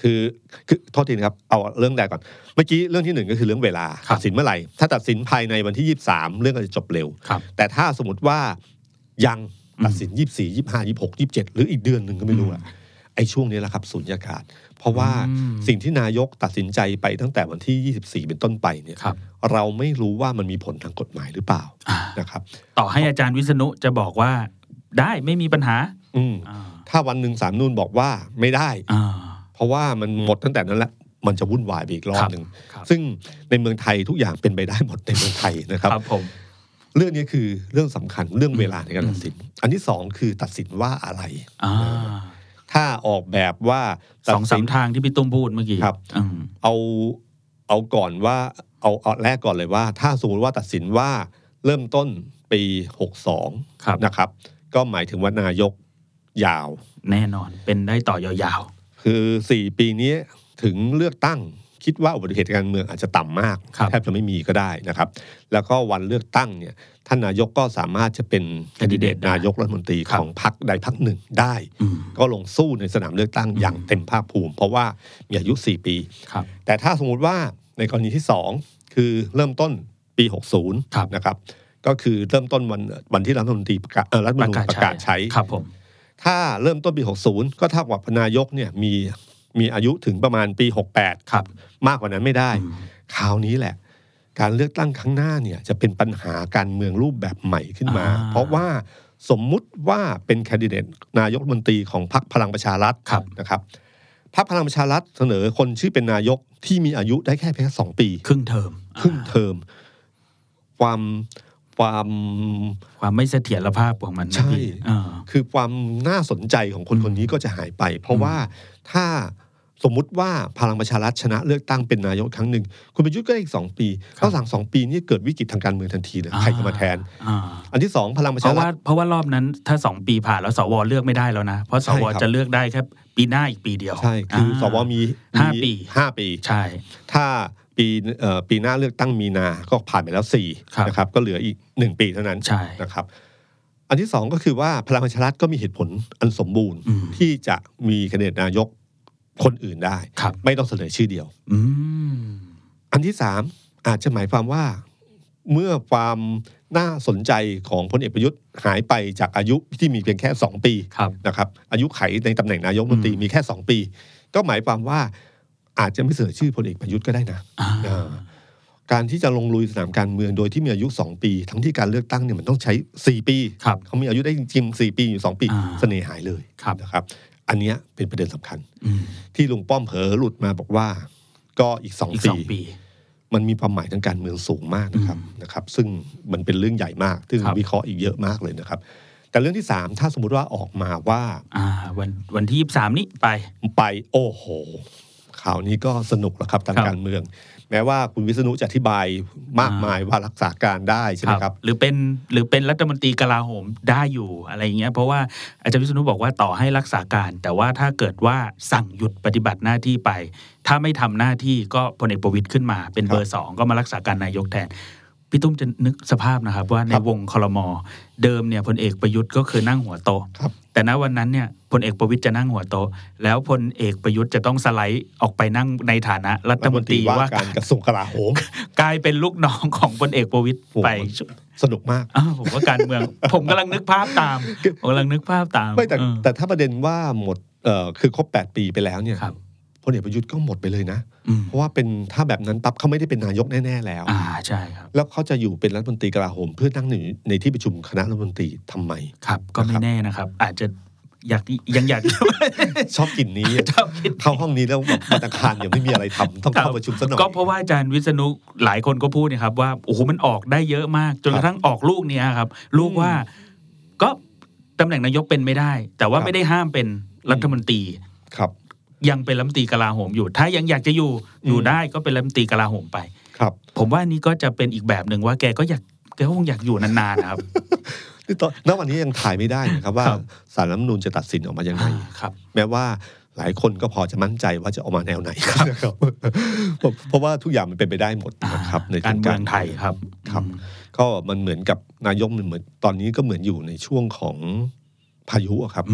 คือคือโทษทีนะครับเอาเรื่องแรกก่อนเมื่อกี้เรื่องที่หนึ่งก็คือเรื่องเวลาตัดสินเมื่อไหร่ถ้าตัดสินภายในวันที่ยี่สิบสามเรื่องก็จะจบเร็วแต่ถ้าสมมติว่ายังตัดสินยี่สิบสี่ ยี่สิบห้า ยี่สิบหก ยี่สิบเจ็ดหรืออีกเดือนนึงก็ไม่รู้อะไอ้ช่วงนี้แหละครับสุญญากาศเพราะว่าสิ่งที่นายกตัดสินใจไปตั้งแต่วันที่ยี่สิบสี่เป็นต้นไปเนี่ยเราไม่รู้ว่ามันมีผลทางกฎหมายหรือเปล่านะครับต่อให้อาจารย์วิษณุจะบอกว่าได้ไม่มีปัญหาอืมถ้าวันหนึ่งศาลนูนบอกว่าไม่ได้เพราะว่ามันหมดตั้งแต่นั้นแหละมันจะวุ่นวายไปอีกรอบหนึ่งซึ่งในเมืองไทยทุกอย่างเป็นไปได้หมดในเมืองไทยนะครับครับผมเรื่องนี้คือเรื่องสำคัญเรื่องเวลาในการตัดสินอันที่สองคือตัดสินว่าอะไรถ้าออกแบบว่าสองสามทางที่พี่ตุ้มพูดเมื่อกี้ครับเอาเอาก่อนว่าเอาเอาแรกก่อนเลยว่าถ้าสมมติว่าตัดสินว่าเริ่มต้นปีหกสิบสองนะครับก็หมายถึงว่านายกยาวแน่นอนเป็นได้ต่อยาวๆคือสี่ปีนี้ถึงเลือกตั้งคิดว่าอุบัติเหตุการเมืองอาจจะต่ำมากแทบจะไม่มีก็ได้นะครับแล้วก็วันเลือกตั้งเนี่ยท่านนายกก็สามารถจะเป็นแคนดิเดตนายกรัฐมนตรีของพรรคใดพรรคหนึ่งได้ก็ลงสู้ในสนามเลือกตั้งอย่างเต็มภาคภูมิเพราะว่ามีอายุสี่ปีแต่ถ้าสมมุติว่าในกรณีที่สองคือเริ่มต้นปีหกสิบนะครับก็คือเริ่มต้นวันวันที่รัฐมนตรีประกาศรัฐมนูญประกาศใช้ครับผมถ้าเริ่มต้นปีหกสิบก็เท่ากับนายกเนี่ยมีมีอายุถึงประมาณปีหกสิบแปดครับมากกว่านั้นไม่ได้คราวนี้แหละการเลือกตั้งครั้งหน้าเนี่ยจะเป็นปัญหาการเมืองรูปแบบใหม่ขึ้นมาเพราะว่าสมมุติว่าเป็นแคนดิเดตนายกรัฐมนตรีของพรรคพลังประชารัฐนะครับพรรคพลังประชารัฐเสนอคนชื่อเป็นนายกที่มีอายุได้แค่เพียงสองปีครึ่งเทอมครึ่งเทอมความความความไม่เสถียรภาพของมันใช่คือความน่าสนใจของคนคนนี้ก็จะหายไปเพราะว่าถ้าสมมุติว่าพลังประชารัฐชนะเลือกตั้งเป็นนายกครั้งหนึ่งคุณประยุทธ์ก็ได้อีกสองปีก็หลังสองปีนี้เกิดวิกฤตทางการเมืองทันทีเลยใครจะมาแทนอันที่สองพลังประชารัฐเพราะว่ารอบนั้นถ้าสองปีผ่านแล้วสวเลือกไม่ได้แล้วนะเพราะสวจะเลือกได้แค่ปีหน้าอีกปีเดียวใช่คือสวมีห้าปีห้าปีใช่ถ้าปีเอ่อปีหน้าเลือกตั้งมีนาก็ผ่านไปแล้วสี่นะครับก็เหลืออีกหนึ่งปีเท่านั้นนะครับอันที่สองก็คือว่าพลังประชารัฐก็มีเหตุผลอันสมบูรณ์ที่จะมีแคนดิเดตนายกคนอื่นได้ไม่ต้องเสนอชื่อเดียวอันที่สามอาจจะหมายความว่าเมื่อความน่าสนใจของพลเอกประยุทธ์หายไปจากอายุที่มีเพียงแค่สองปีนะครับอายุไขในตำแหน่งนายกรัฐมนตรีมีแค่สองปีก็หมายความว่าอาจจะไม่เสนอชื่อพลเอกประยุทธ์ก็ได้นะการที่จะลงลุยสนามการเมืองโดยที่มีอายุสองปีทั้งที่การเลือกตั้งเนี่ยมันต้องใช้สี่ปีเขามีอายุได้จริงๆสี่ปีอยู่สองปีเสน่ห์หายเลยนะครับอันนี้เป็นประเด็นสำคัญที่ลุงป้อมเผลอหลุดมาบอกว่าก็อีกสองปีมันมีความหมายทางการเมืองสูงมากนะครับนะครับซึ่งมันเป็นเรื่องใหญ่มากซึ่งวิเคราะห์อีกเยอะมากเลยนะครับแต่เรื่องที่สามถ้าสมมุติว่าออกมาว่าวันวันที่ยี่สิบสามนี้ไปไปโอ้โหข่าวนี้ก็สนุกแล้วครับทางการเมืองแม้ว่าคุณวิษณุจะอธิบายมากมายว่ารักษาการได้ใช่ไหมครับหรือเป็นหรือเป็นรัฐมนตรีกลาโหมได้อยู่อะไรเงี้ยเพราะว่าอาจารย์วิษณุบอกว่าต่อให้รักษาการแต่ว่าถ้าเกิดว่าสั่งหยุดปฏิบัติหน้าที่ไปถ้าไม่ทำหน้าที่ก็พลเอกประวิตรขึ้นมาเป็นเบอร์สองก็มารักษาการนายกแทนพี่ตุ้มจะนึกสภาพนะครับว่าในวงครม.เดิมเนี่ยพลเอกประยุทธ์ก็คือนั่งหัวโต๊ะแต่ณวันนั้นเนี่ยพลเอกประวิตรจะนั่งหัวโต๊ะแล้วพลเอกประยุทธ์จะต้องสไลด์ออกไปนั่งในฐานะรัฐมนตรีว่าการกระทรวงกลาโหมกลายเป็นลูกน้องของพลเอกประวิตรไปสนุกมากผมว่าการเมืองผมกำลังนึกภาพตามผมกำลังนึกภาพตามไม่แต่แต่ถ้าประเด็นว่าหมดเอ่อคือครบแปดปีไปแล้วเนี่ยพลเอกประยุทธ์ก็หมดไปเลยนะเพราะว่าเป็นถ้าแบบนั้นปั๊บเขาไม่ได้เป็นนายกแน่ๆแล้วอ่าใช่ครับแล้วเขาจะอยู่เป็นรัฐมนตรีกลาโหมเพื่อนั่งในในที่ประชุมคณะรัฐมนตรีทำไมครับก็ไม่แน่นะครับอาจจะอยากยังอยากชอบกลิ่นนี้เข้าห้องนี้แล้วแบบมาตรคารยังไม่มีอะไรทำต้องเข้าประชุมซะหน่อยก็เพราะว่าอาจารย์วิษณุหลายคนก็พูดนะครับว่าโอ้โหมันออกได้เยอะมากจนกระทั่งออกลูกเนี่ยครับลูกว่าก็ตำแหน่งนายกเป็นไม่ได้แต่ว่าไม่ได้ห้ามเป็นรัฐมนตรีครับยังเป็นรัฐมนตรีกลาโหมอยู่ถ้ายังอยากจะอยู่อยู่ได้ก็เป็นรัฐมนตรีกลาโหมไปครับผมว่านี่ก็จะเป็นอีกแบบหนึ่งว่าแกก็อยากแกคงอยากอยู่นานๆนะครับตอนณวันนี้ยังถ่ายไม่ได้นะครับว่าศาลรัฐธรรมนูญจะตัดสินออกมายังไงแม้ว่าหลายคนก็พอจะมั่นใจว่าจะออกมาแนวไหนนะครับเพราะว่าทุกอย่างมันเป็นไปได้หมดนะครับในการเมืองไทยครับครับก็มันเหมือนกับนายกมันเหมือนตอนนี้ก็เหมือนอยู่ในช่วงของพายุครับ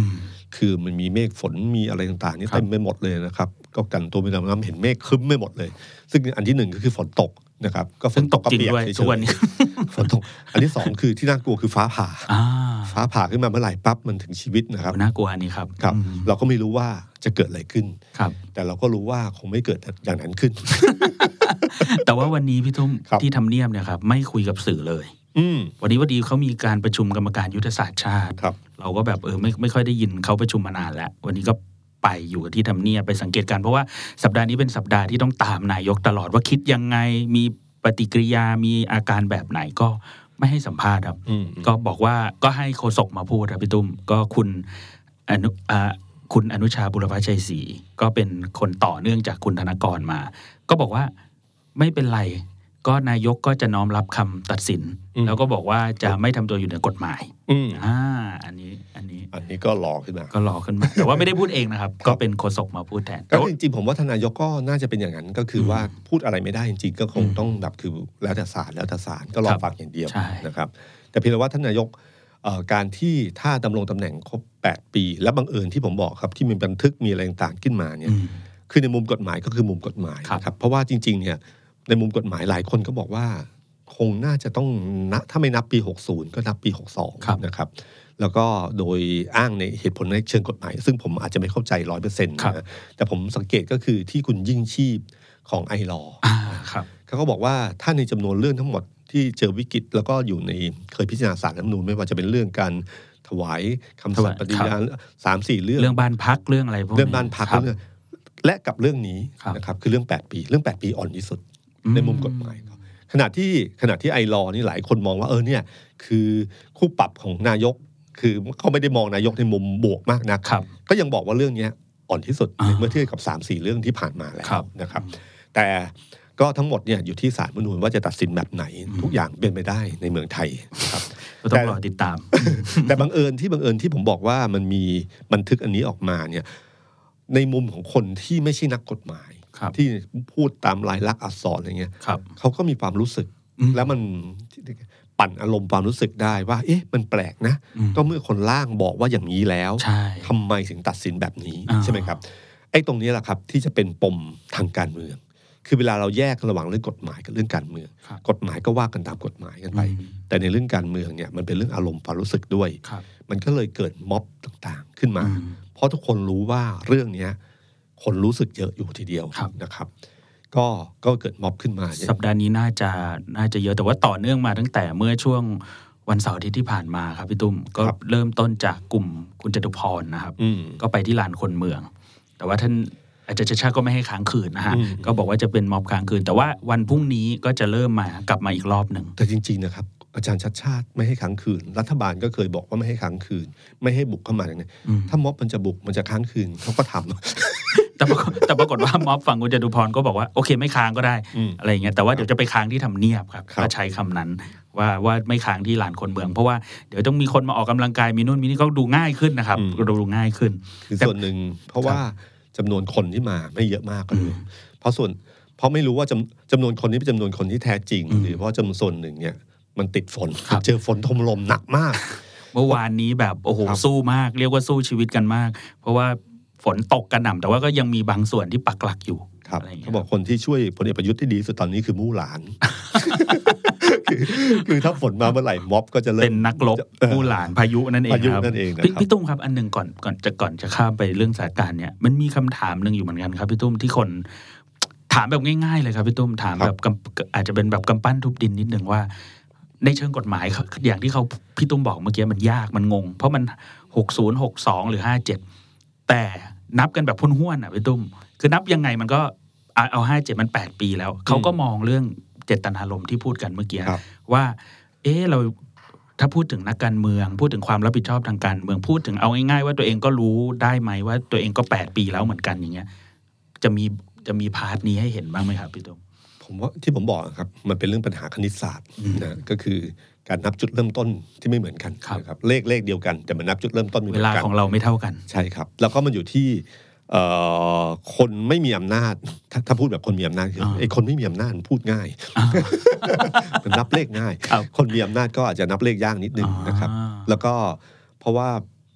คือมันมีเมฆฝนมีอะไรต่างๆนี่เต็มไปหมดเลยนะครับก็กันตัวเป็นน้ำเห็นเมฆครึ้มไม่หมดเลยซึ่งอันที่หนึ่งก็คือฝนตกนะครับก็ฝนตกก็เปียกเฉยๆฝนตกอันที่สองคือที่น่ากลัวคือฟ้าผ่าฟ้าผ่าขึ้นมาเมื่อไหร่ปั๊บมันถึงชีวิตนะครับน่ากลัวอันนี้ครับครับเราก็ไม่รู้ว่าจะเกิดอะไรขึ้นแต่เราก็รู้ว่าคงไม่เกิดอย่างนั้นขึ้นแต่ว่าวันนี้พี่ตุ้มที่ทำเนียบเนี่ยครับไม่คุยกับสื่อเลยวันนี้วันดีเขามีการประชุมกรรมการยุทธศาสตร์ชาติเราก็แบบเออไม่ไม่ค่อยได้ยินเขาประชุมมานานแล้ววันนี้ก็ไปอยู่ที่ทำเนียบไปสังเกตการเพราะว่าสัปดาห์นี้เป็นสัปดาห์ที่ต้องตามนายกตลอดว่าคิดยังไงมีปฏิกิริยามีอาการแบบไหนก็ไม่ให้สัมภาษณ์ครับก็บอกว่าก็ให้โฆษกมาพูดครับพี่ตุ้มก็คุณอนุคุณอนุชาบุรพชัยศรีก็เป็นคนต่อเนื่องจากคุณธนกรมาก็บอกว่าไม่เป็นไรก็นายกก็จะน้อมรับคำตัดสินแล้วก็บอกว่าจะไม่ทำตัวอยู่เหนือกฎหมายอ่าอันนี้อันนี้อันนี้ก็หลอกขึ้นมาก็หลอกขึ้นมาแต่ว่าไม่ได้พูดเองนะครับก็เป็นโฆษกมาพูดแทนก็จริงๆผมว่าทนายกก็น่าจะเป็นอย่างนั้นก็คือว่าพูดอะไรไม่ได้จริงๆก็คงต้องแบบคือแล้วแต่ศาลแล้วแต่ศาลก็รอฟังอย่างเดียวนะครับแต่เพียงแต่ว่าท่านนายกการที่ถ้าดำรงตำแหน่งครบแปดปีและบังเอิญที่ผมบอกครับที่มีบันทึกมีอะไรต่างๆขึ้นมาเนี่ยคือในมุมกฎหมายก็คือมุมกฎหมายครับเพราะว่าจริงๆเนี่ยในมุมกฎหมายหลายคนก็บอกว่าคงน่าจะต้องนับถ้าไม่นับปีหกสิบก็นับปีหกสิบสองนะครับแล้วก็โดยอ้างในเหตุผลในเชิงกฎหมายซึ่งผมอาจจะไม่เข้าใจ ร้อยเปอร์เซ็นต์ นะแต่ผมสังเกตก็คือที่คุณยิ่งชีพของไอลอเขาก็บอกว่าถ้าในจำนวนเรื่องทั้งหมดที่เจอวิกฤตแล้วก็อยู่ในเคยพิจารณาศาลรัฐธรรมนูญไม่ว่าจะเป็นเรื่องการถวายคำสัตย์ปฏิญาณ สามสี่ เรื่องเรื่องบ้านพักเรื่องอะไรพวกนี้เรื่องบ้านพักและกับเรื่องนี้นะครับคือเรื่องแปดปีเรื่องแปดปีอ่อนที่สุดในมุมกฎหมายขณะที่ขณะที่ไอลอนี่หลายคนมองว่าเออเนี่ยคือคู่ปรับของนายกคือเขาไม่ได้มองนายกในมุมบวกมากนักก็ยังบอกว่าเรื่องนี้อ่อนที่สุดเมื่อเทียบกับ สามสี่ เรื่องที่ผ่านมาแล้วนะครับแต่ก็ทั้งหมดเนี่ยอยู่ที่ศาลรัฐธรรมนูญว่าจะตัดสินแบบไหนทุกอย่างเป็นไปได้ในเมืองไทยครับต้องรอติดตามแต่บังเอิญที่บังเอิญที่ผมบอกว่ามันมีบันทึกอันนี้ออกมาเนี่ยในมุมของคนที่ไม่ใช่นักกฎหมายที่พูดตามลายลักษณ์อักษรอะไรเงี้ยเขาก็มีความรู้สึกแล้วมันปั่นอารมณ์ความรู้สึกได้ว่าเอ๊ะมันแปลกนะก็เมื่อคนล่างบอกว่าอย่างนี้แล้วทำไมถึงตัดสินแบบนี้ใช่ไหมครับไอ้ตรงนี้แหละครับที่จะเป็นปมทางการเมืองคือเวลาเราแยกระหว่างเรื่องกฎหมายกับเรื่องการเมืองกฎหมายก็ว่ากันตามกฎหมายกันไปแต่ในเรื่องการเมืองเนี่ยมันเป็นเรื่องอารมณ์ความรู้สึกด้วยมันก็เลยเกิดม็อบต่างๆขึ้นมาเพราะทุกคนรู้ว่าเรื่องนี้คนรู้สึกเยอะอยู่ทีเดียวนะครับก็ก็เกิดม็อบขึ้นมาสัปดาห์นี้น่าจะน่าจะเยอะแต่ว่าต่อเนื่องมาตั้งแต่เมื่อช่วงวันเสาร์อาทิตย์ที่ผ่านมาครับพี่ตุ้มก็เริ่มต้นจากกลุ่มคุณจตุพรนะครับก็ไปที่ลานคนเมืองแต่ว่าท่านอาจารย์ชัชชาติก็ไม่ให้ค้างคืนนะฮะก็บอกว่าจะเป็นม็อบค้างคืนแต่ว่าวันพรุ่งนี้ก็จะเริ่มมากลับมาอีกรอบหนึ่งแต่จริงๆนะครับอาจารย์ชัชชาติไม่ให้ค้างคืนรัฐบาลก็เคยบอกว่าไม่ให้ค้างคืนไม่ให้บุกเข้ามาอย่างนี้ถ้าม็อบมันจะบุกมันจะค้างคืนเขาก็ทำแต่แต่ปรากฏว่าม็อบฝั่งคุณจตุพรก็บอกว่าโอเคไม่ค้างก็ได้อะไรอย่างเงี้ยแต่ว่าเดี๋ยวจะไปค้างที่ทำเนียบครับก็ใช้คำนั้นว่าว่าไม่ค้างที่ลานคนเมืองเพราะว่าเดี๋ยวต้องมีคนมาออกกำลังกายมีนู่นมีนี่ก็ดูง่ายขึ้นนะครับดูง่ายขึ้นคือส่วนหนึ่งเพราะว่าจำนวนคนที่มาไม่เยอะมากก็เลยเพราะส่วนเพราะไม่รู้ว่าจำจำนวนคนนี้เป็นจำนวนคนที่แท้จริงหรือเพราะจำนวนส่วนหนึ่งเนี่ยมันติดฝนเจอฝนทมลมหนักมากเมื่อวานนี้แบบโอ้โหสู้มากเรียกว่าสู้ชีวิตกันมากเพราะว่าฝนตกกระหน่ำแต่ว่าก็ยังมีบางส่วนที่ปักหลักอยู่ครับเขาบอกคนที่ช่วยพลเอกประยุทธ์ที่ดีสุดตอนนี้คือมู่หลาน คือคือถ้าฝนมาเมื่อไหร่ม็อบก็จะเริ่มเป็นนักรบมู่หลานพายุนั่นเองครับพี่ตุ้มครับอันหนึ่งก่อนก่อนจะก่อนจะข้ามไปเรื่องสถานการณ์เนี่ยมันมีคำถามหนึ่งอยู่เหมือนกันครับพี่ตุ้มที่คนถามแบบง่ายๆเลยครับพี่ตุ้มถามแบบอาจจะเป็นแบบกำปั้นทุบดินนิดนึงว่าในเชิงกฎหมายอย่างที่เขาพี่ตุ้มบอกเมื่อกี้มันยากมันงงเพราะมันหกสิบ หกสิบสองหรือห้าสิบเจ็ดแต่นับกันแบบพุ่นห้วนอ่ะพี่ตุ้มคือนับยังไงมันก็เอาห้าสิบเจ็ดมันแปดปีแล้วเขาก็มองเรื่องเจตนารมณ์ที่พูดกันเมื่อกี้ว่าเอ๊ะเราถ้าพูดถึงนักการเมืองพูดถึงความรับผิดชอบทางการเมืองพูดถึงเอาง่ายๆว่าตัวเองก็รู้ได้ไหมว่าตัวเองก็แปดปีแล้วเหมือนกันอย่างเงี้ยจะมีจะมีพาร์ทนี้ให้เห็นบ้างไหมครับพี่ตุ้มผมว่าที่ผมบอกครับมันเป็นเรื่องปัญหาคณิตศาสตร์นะก็คือการนับจุดเริ่มต้นที่ไม่เหมือนกันนะครับเลขเลขเดียวกันแต่มันนับจุดเริ่มต้นไม่เหมือนกันเวลาของเราไม่เท่ากันใช่ครับแล้วก็มันอยู่ที่คนไม่มีอำนาจถ้าถ้าพูดแบบคนมีอำนาจคือไอ้คนไม่มีอำนาจพูดง่ายมันนับเลขง่ายคนมีอำนาจก็อาจจะนับเลขยากนิดนึงนะครับแล้วก็เพราะว่า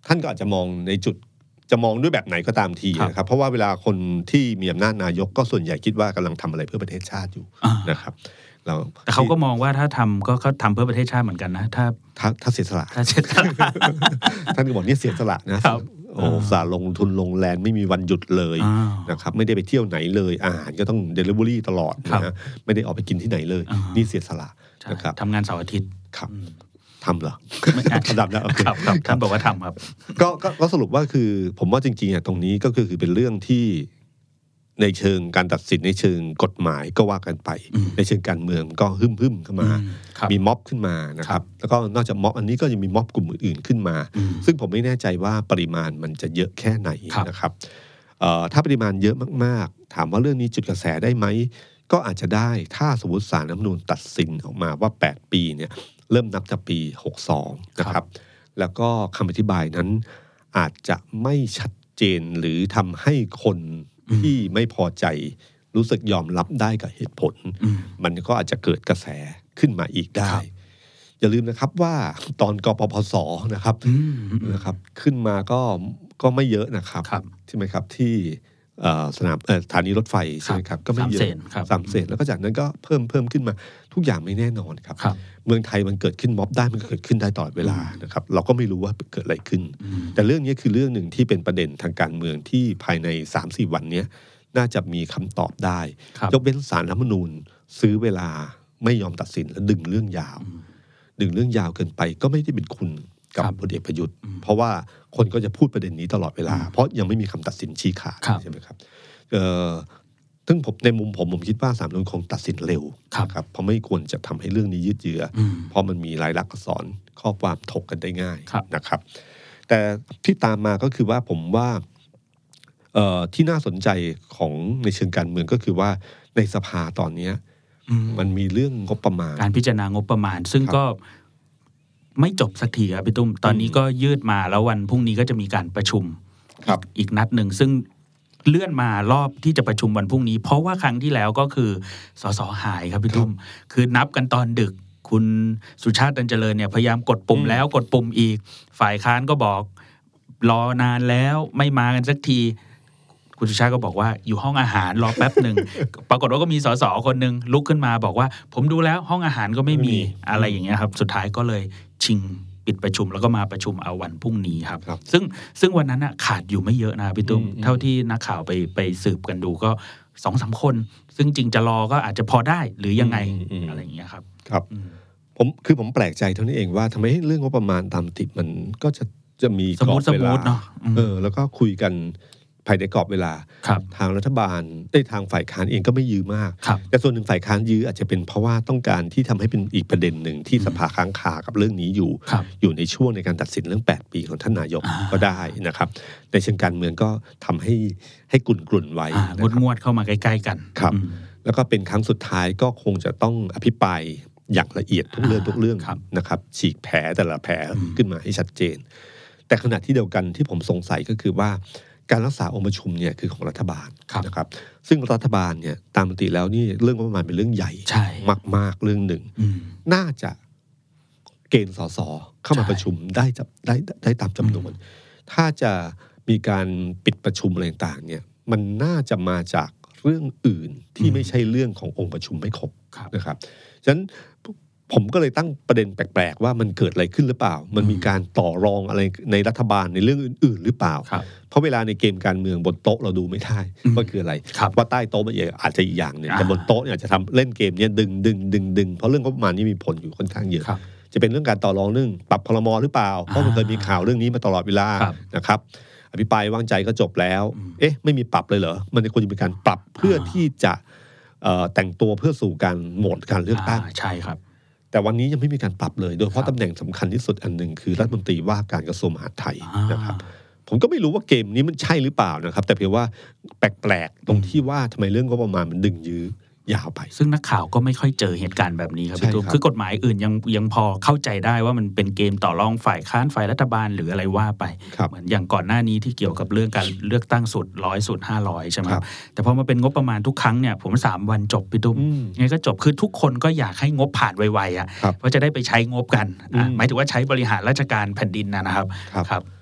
ท่านก็อาจจะมองในจุดจะมองด้วยแบบไหนก็ตามทีนะครับเพราะว่าเวลาคนที่มีอำนาจนายกก็ส่วนใหญ่คิดว่ากำลังทำอะไรเพื่อประเทศชาติอยู่นะครับแต่เขาก็มองว่าถ้าทำก็เขาทำเพื่อประเทศชาติเหมือนกันนะถ้าถ้าถ้าเสียสละถ้าเสียสละท่านก็บอกนี่เสียสละนะโอ้สาลงทุนลงแรงไม่มีวันหยุดเลยนะครับไม่ได้ไปเที่ยวไหนเลยอาหารก็ต้องเดลิเวอรี่ตลอดนะไม่ได้ออกไปกินที่ไหนเลยนี่เสียสละนะครับทำงานเสาร์อาทิตย์ครับทำเหรอทำแล้วครับท่านบอกว่าทำครับก็ก็สรุปว่าคือผมว่าจริงๆอ่ะตรงนี้ก็คือเป็นเรื่องที่ในเชิงการตัดสินในเชิงกฎหมายก็ว่ากันไปในเชิงการเมืองก็หึ่มหึ่มเข้ามามีม็อบขึ้นมานะครับแล้วก็นอกจากม็อบอันนี้ก็ยังมีม็อบกลุ่มอื่นๆขึ้นมาซึ่งผมไม่แน่ใจว่าปริมาณมันจะเยอะแค่ไหนนะครับถ้าปริมาณเยอะมากๆถามว่าเรื่องนี้จุดกระแสได้ไหมก็อาจจะได้ถ้าสมมติศาลรัฐธรรมนูญตัดสินออกมาว่าแปดปีเนี่ยเริ่มนับจากปีหกสิบสองนะครับแล้วก็คำอธิบายนั้นอาจจะไม่ชัดเจนหรือทำให้คนที่ไม่พอใจรู้สึกยอมรับได้กับเหตุผลมันก็อาจจะเกิดกระแสขึ้นมาอีกได้อย่าลืมนะครับว่าตอนกปปสนะครับนะครับขึ้นมาก็ก็ไม่เยอะนะครับใช่ไหมครับที่สนามสถานีรถไฟใช่ไหมครับก็ไม่เยอะสามเซนแล้วก็จากนั้นก็เพิ่มเพิ่มขึ้นมาทุกอย่างไม่แน่นอนครับเมืองไทยมันเกิดขึ้นม็อบได้มันเกิดขึ้นได้ตลอดเวลานะครับเราก็ไม่รู้ว่าเกิดอะไรขึ้นแต่เรื่องนี้คือเรื่องหนึ่งที่เป็นประเด็นทางการเมืองที่ภายใน สามถึงสี่ วันนี้น่าจะมีคำตอบได้ยกเว้นศาลรัฐธรรมนูญซื้อเวลาไม่ยอมตัดสินและดึงเรื่องยาวดึงเรื่องยาวเกินไปก็ไม่ได้เป็นคุณกับพลเอกประยุทธ์เพราะว่าคนก็จะพูดประเด็นนี้ตลอดเวลาเพราะยังไม่มีคำตัดสินชี้ขาดใช่ไหมครับซึ่งผมในมุมผมผมคิดว่าศาลรัฐธรรมนูญคงตัดสินเร็วครับเพราะไม่ควรจะทำให้เรื่องนี้ยืดเยื้อเพราะมันมีลายลักษณ์อักษรข้อความถกกันได้ง่ายนะครับแต่ที่ตามมาก็คือว่าผมว่าที่น่าสนใจของในเชิงการเมืองก็คือว่าในสภาตอนนี้มันมีเรื่องงบประมาณการพิจารณางบประมาณซึ่งก็ไม่จบสักทีครับพี่ตุ้มตอนนี้ก็ยืดมาแล้ววันพรุ่งนี้ก็จะมีการประชุมอีกนัดหนึ่งซึ่งเลื่อนมารอบที่จะประชุมวันพรุ่งนี้เพราะว่าครั้งที่แล้วก็คือสสหายครับพี่ตุ้มคือนับกันตอนดึกคุณสุชาติตันเจริญเนี่ยพยายามกดปุ่มแล้วกดปุ่มอีกฝ่ายค้านก็บอกรอนานแล้วไม่มากันสักทีคุณสุชาติก็บอกว่าอยู่ห้องอาหารรอแป๊บหนึ่ง ปรากฏว่าก็มีสสคนหนึ่งลุกขึ้นมาบอกว่าผมดูแล้วห้องอาหารก็ไม่มีอะไรอย่างเงี้ยครับสุดท้ายก็เลยชิงปิดประชุมแล้วก็มาประชุมเอาวันพรุ่งนี้ครับซึ่งซึ่งวันนั้นขาดอยู่ไม่เยอะนะพี่ตุ้มเท่าที่นักข่าวไปไปสืบกันดูก็สองสามคนซึ่งจริงจะรอก็อาจจะพอได้หรือยังไงอะไรอย่างเงี้ยครับครับผมคือผมแปลกใจเท่านี้เองว่าทำไมเรื่องงบประมาณตามติดมันก็จะจะมีกรอบเวลาเออแล้วก็คุยกันภายในกรอบเวลาทางรัฐบาลได้ทางฝ่ายค้านเองก็ไม่ยื้อมากแต่ส่วนหนึ่งฝ่ายค้านยื้ออาจจะเป็นเพราะว่าต้องการที่ทำให้เป็นอีกประเด็นหนึ่งที่สภาค้างคากับเรื่องนี้อยู่อยู่ในช่วงในการตัดสินเรื่องแปดปีของท่านนายกก็ได้นะครับในเชิงการเมืองก็ทำให้ให้กลุ่นๆไว้งดงวดเข้ามาใกล้ๆกันครับแล้วก็เป็นครั้งสุดท้ายก็คงจะต้องอภิปรายอย่างละเอียดทุกเรื่องทุกเรื่องนะครับฉีกแผลแต่ละแผลขึ้นมาให้ชัดเจนแต่ขณะที่เดียวกันที่ผมสงสัยก็คือว่าการรักษาองค์ประชุมเนี่ยคือของรัฐบาลนะครับซึ่งรัฐบาลเนี่ยตามปกติแล้วนี่เรื่องงบประมาณเป็นเรื่องใหญ่มากๆเรื่องหนึ่งน่าจะเกณฑ์สสเข้ามาประชุมได้จะได้ได้ตามจำนวนถ้าจะมีการปิดประชุมอะไรต่างๆเนี่ยมันน่าจะมาจากเรื่องอื่นที่ไม่ใช่เรื่องขององค์ประชุมไม่ครบนะครับฉะนั้นผมก็เลยตั้งประเด็นแปลกๆว่ามันเกิดอะไรขึ้นหรือเปล่ามันมีการต่อรองอะไรในรัฐบาลในเรื่องอื่นๆหรือเปล่าเพราะเวลาในเกมการเมืองบนโต๊ะเราดูไม่ได้ว่าคืออะไรว่าใต้โต๊ะมันอาจจะอีกอย่างหนึ่งแต่บนโต๊ะเนี่ยอาจจะทำเล่นเกมนี้ดึงดึงดึงดึงเพราะเรื่องงบประมาณนี้มีผลอยู่ค่อนข้างเยอะจะเป็นเรื่องการต่อรองเรื่องปรับพรม.หรือเปล่าเพราะมันเคยมีข่าวเรื่องนี้มาตลอดเวลานะครับอภิปรายวางใจก็จบแล้วเอ๊ะไม่มีปรับเลยเหรอมันควรจะมีการปรับเพื่อที่จะแต่งตัวเพื่อสู่การโหวตการเลือกตั้งใช่ครับแต่วันนี้ยังไม่มีการปรับเลยโดยเฉพาะตำแหน่งสำคัญที่สุดอันหนึ่งคือรัฐมนตรีว่าการกระทรวงมหาดไทยนะครับผมก็ไม่รู้ว่าเกมนี้มันใช่หรือเปล่านะครับแต่เพียงว่าแปลกๆตรงที่ว่าทำไมเรื่องงบประมาณมันดึงยื้อยาวไปซึ่งนักข่าวก็ไม่ค่อยเจอเหตุการณ์แบบนี้ครับพี่ตุ้มคือกฎหมายอื่นยังยังพอเข้าใจได้ว่ามันเป็นเกมต่อรองฝ่ายค้านฝ่ายรัฐบาลหรืออะไรว่าไปเหมือนอย่างก่อนหน้านี้ที่เกี่ยวกับเรื่องการเลือกตั้งสุดร้อยสุดห้าร้อยใช่ไหมครับแต่พอมาเป็นงบประมาณทุกครั้งเนี่ยผมสามวันจบพี่ตุ้มไงก็จบคือทุกคนก็อยากให้งบผ่านไวๆอ่ะเพราะจะได้ไปใช้งบกันหมายถึงว่าใช้บริหารราชการแผ่นดินนะครับครับ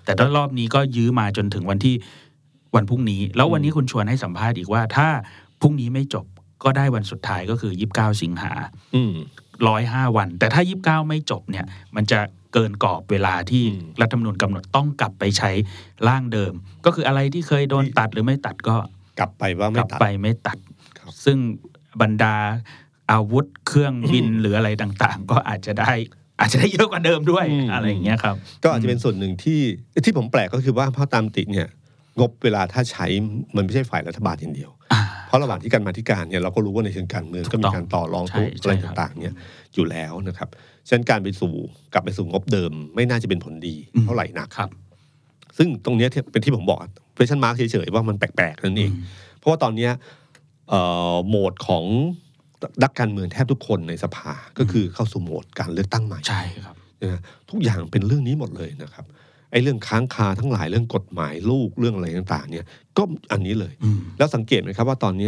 แต่ถ้ารอบนี้ก็ยื้อมาจนถึงวันที่วันพรุ่งนี้แล้ววันนี้คุณชวนให้สัมภาษณ์อีกว่าถ้าพรุ่งนี้ไม่จบก็ได้วันสุดท้ายก็คือยี่สิบเก้าสิงหาร้อยห้าวันแต่ถ้ายี่สิบเก้าไม่จบเนี่ยมันจะเกินกรอบเวลาที่รัฐธรรมนูญกำหนดต้องกลับไปใช้ร่างเดิมก็คืออะไรที่เคยโดนตัดหรือไม่ตัดก็กลับไปว่าไม่ตัดกลับไปไม่ตัดซึ่งบรรดาอาวุธเครื่องบิน หรืออะไรต่างๆก็อาจจะได้อาจจะได้เยอะกว่าเดิมด้วย อ, อะไรอย่างเงี้ยครับก็อาจจะเป็นส่วนหนึ่งที่ที่ผมแปลกก็คือว่าเพราะตามติเนี่ยงบเวลาถ้าใช้มันไม่ใช่ฝ่ายรัฐบาลอย่างเดียวเพราะระหว่างที่การมาธิการเนี่ยเราก็รู้ว่าในเชิงการเมืองก็มีการต่อรองตัวอะไรต่างๆเนี่ยอยู่แล้วนะครับฉะนั้นการไปสู่กลับไปสู่งบเดิมไม่น่าจะเป็นผลดีเท่าไหร่นักซึ่งตรงนี้เป็นที่ผมบอกเฟชั่นมาร์กเฉยๆว่ามันแปลกๆนั่นเองเพราะว่าตอนนี้โหมดของนักการเมืองแทบทุกคนในสภาก็คือเข้าสู่โหมดการเลือกตั้งใหม่ใช่ครับนะทุกอย่างเป็นเรื่องนี้หมดเลยนะครับไอ้เรื่องค้างคาทั้งหลายเรื่องกฎหมายลูกเรื่องอะไรต่างๆเนี่ยก็อันนี้เลยแล้วสังเกตไหมครับว่าตอนนี้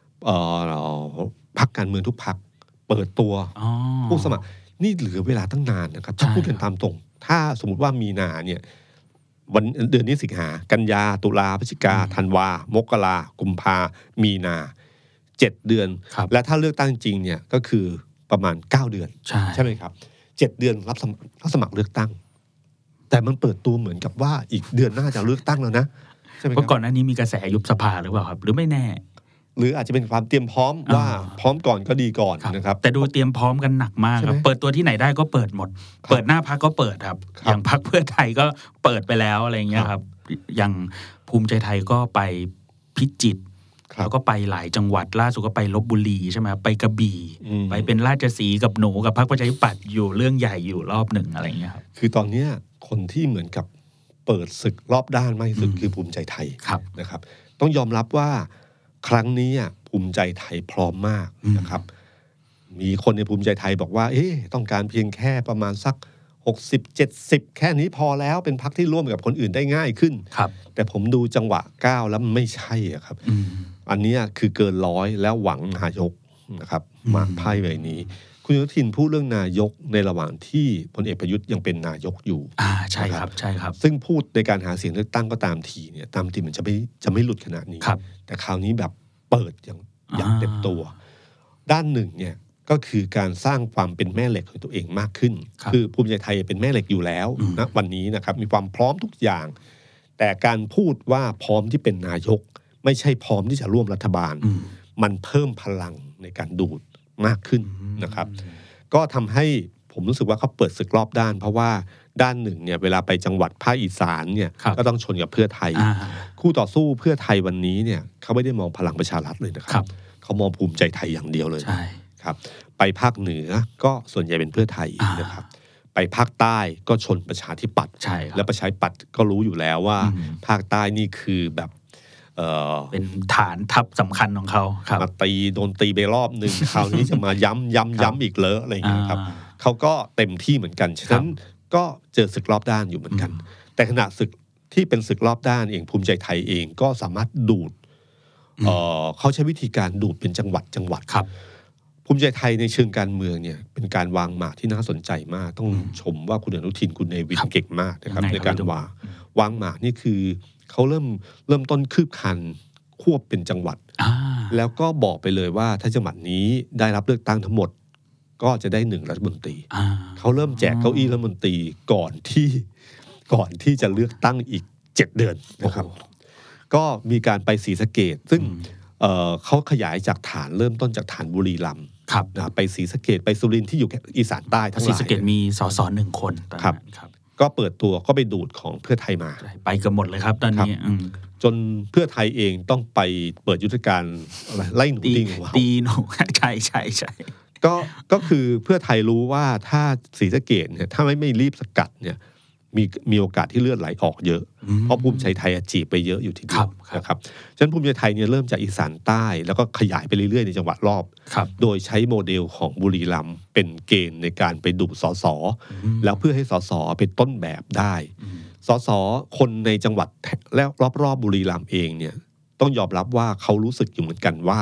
พรรคการเมืองทุกพรรคเปิดตัวผู้สมัครนี่เหลือเวลาตั้งนานนะครับถ้าพูดกันตามตรงถ้าสมมติว่ามีนาเนี่ยวันเดือนนี้สิงหากันยาตุลาพฤศจิกาธันวามกรากุมภามีนาเจ็ดเดือนและถ้าเลือกตั้งจริงเนี่ยก็คือประมาณเก้าเดือนใช่ใช่ไหมครับเจ็ดเดือนรับสมัครรับสมัครเลือกตั้งแต่มันเปิดตัวเหมือนกับว่าอีกเดือนหน้าจะเลือกตั้งแล้วนะใช่ไหมครับเพราะก่อนหน้านี้มีกระแสยุบสภาหรือเปล่าครับหรือไม่แน่หรืออาจจะเป็นความเตรียมพร้อมว่าพร้อมก่อนก็ดีก่อนนะครับแต่ดูเตรียมพร้อมกันหนักมากครับเปิดตัวที่ไหนได้ก็เปิดหมดเปิดหน้าพรรคก็เปิดครับอย่างพรรคเพื่อไทยก็เปิดไปแล้วอะไรเงี้ยครับอย่างภูมิใจไทยก็ไปพิจิตรแล้วก็ไปหลายจังหวัดล่าสุดก็ไปลพบุรีใช่ไหมไปกระบี่ไปเป็นราชสีห์กับหนูกับพรรคประชาธิปัตย์อยู่เรื่องใหญ่อยู่รอบหนึ่งอะไรเงี้ยครับคือตอนนี้คนที่เหมือนกับเปิดศึกรอบด้านมากที่สุดคือภูมิใจไทยนะครับต้องยอมรับว่าครั้งนี้ภูมิใจไทยพร้อมมากนะครับมีคนในภูมิใจไทยบอกว่าเอ๊ะต้องการเพียงแค่ประมาณสักหกสิบ เจ็ดสิบแค่นี้พอแล้วเป็นพรรคที่ร่วมกับคนอื่นได้ง่ายขึ้นแต่ผมดูจังหวะก้าวแล้วมันไม่ใช่อ่ะครับอันนี้คือเกินร้อยแล้วหวังนายกนะครับมาไพ่ใบนี้คุณอนุทินพูดเรื่องนายกในระหว่างที่พลเอกประยุทธ์ยังเป็นนายกอยู่อ่าใช่ครับใช่ครับซึ่งพูดในการหาเสียงเลือกตั้งก็ตามทีเนี่ยตามทีมันจะไม่จะไม่หลุดขนาดนี้แต่คราวนี้แบบเปิดอย่างอย่างเต็มตัวด้านหนึ่งเนี่ยก็คือการสร้างความเป็นแม่เหล็กของตัวเองมากขึ้น ค, คือภูมิใจไทยเป็นแม่เหล็กอยู่แล้วนะวันนี้นะครับมีความพร้อมทุกอย่างแต่การพูดว่าพร้อมที่เป็นนายกไม่ใช่พร้อมที่จะร่วมรัฐบาลมันเพิ่มพลังในการดูดมากขึ้นนะครับก็ทำให้ผมรู้สึกว่าเขาเปิดศึกรอบด้านเพราะว่าด้านหนึ่งเนี่ยเวลาไปจังหวัดภาคอีสานเนี่ยก็ต้องชนกับเพื่อไทยคู่ต่อสู้เพื่อไทยวันนี้เนี่ยเขาไม่ได้มองพลังประชารัฐเลยนะครับเขามองภูมิใจไทยอย่างเดียวเลยครับไปภาคเหนือก็ส่วนใหญ่เป็นเพื่อไทยนะครับไปภาคใต้ก็ชนประชาธิปัตย์และประชาธิปัตย์ก็รู้อยู่แล้วว่าภาคใต้นี่คือแบบเอ่อเป็นฐานทัพสำคัญของเขามาตีโดนตีไปรอบหนึ่งคราวนี้จะมาย้ำย้ำย้ำอีกเลอะอะไรอย่างเงี้ยครับเขาก็เต็มที่เหมือนกันฉะนั้นก็เจอศึกรอบด้านอยู่เหมือนกันแต่ขณะศึกที่เป็นศึกรอบด้านเองภูมิใจไทยเองก็สามารถดูดเอ่อเขาใช้วิธีการดูดเป็นจังหวัดจังหวัดภูมิใจไทยในเชิงการเมืองเนี่ยเป็นการวางหมากที่น่าสนใจมากต้องชมว่าคุณอนุทินคุณเนวินเก่งมากนะครับในการวางวางหมากนี่คือเขาเริ่มเริ่มต้นคืบครันควบเป็นจังหวัดแล้วก็บอกไปเลยว่าถ้าจังหวัดนี้ได้รับเลือกตั้งทั้งหมดก็จะได้หนึ่งรัฐมนตรีเขาเริ่มแจกเก้าอี้รัฐมนตรีก่อนที่ก่อนที่จะเลือกตั้งอีกเจ็ดเดือนนะครับก็มีการไปศรีสะเกษซึ่งเอ่อเขาขยายจากฐานเริ่มต้นจากฐานบุรีรัมย์นะไปศรีสะเกษไปสุรินทร์ที่อยู่อีสานใต้ทั้งหลายศรีสะเกษมีสสหนึ่งคนครับก็เปิดตัวก็ไปดูดของเพื่อไทยมาไปกันหมดเลยครับตอนนี้จนเพื่อไทยเองต้องไปเปิดยุทธการอะไรไล่หนูตีหนูตีหนูใช่ใช่ใช่ก็ก็คือเพื่อไทยรู้ว่าถ้าศรีสะเกษเนี่ยถ้าไม่ไม่รีบสกัดเนี่ยมีมีโอกาสที่เลือดไหลออกเยอะเพราะภูมิใจไทยจีบไปเยอะอยู่ทีเดียวนะครับฉะนั้นภูมิใจไทยเนี่ยเริ่มจากอีสานใต้แล้วก็ขยายไปเรื่อยๆในจังหวัดรอบโดยใช้โมเดลของบุรีรัมย์เป็นเกณฑ์ในการไปดูสสแล้วเพื่อให้สสเป็นต้นแบบได้สสคนในจังหวัดแล้วรอบๆบุรีรัมย์เองเนี่ยต้องยอมรับว่าเขารู้สึกอยู่เหมือนกันว่า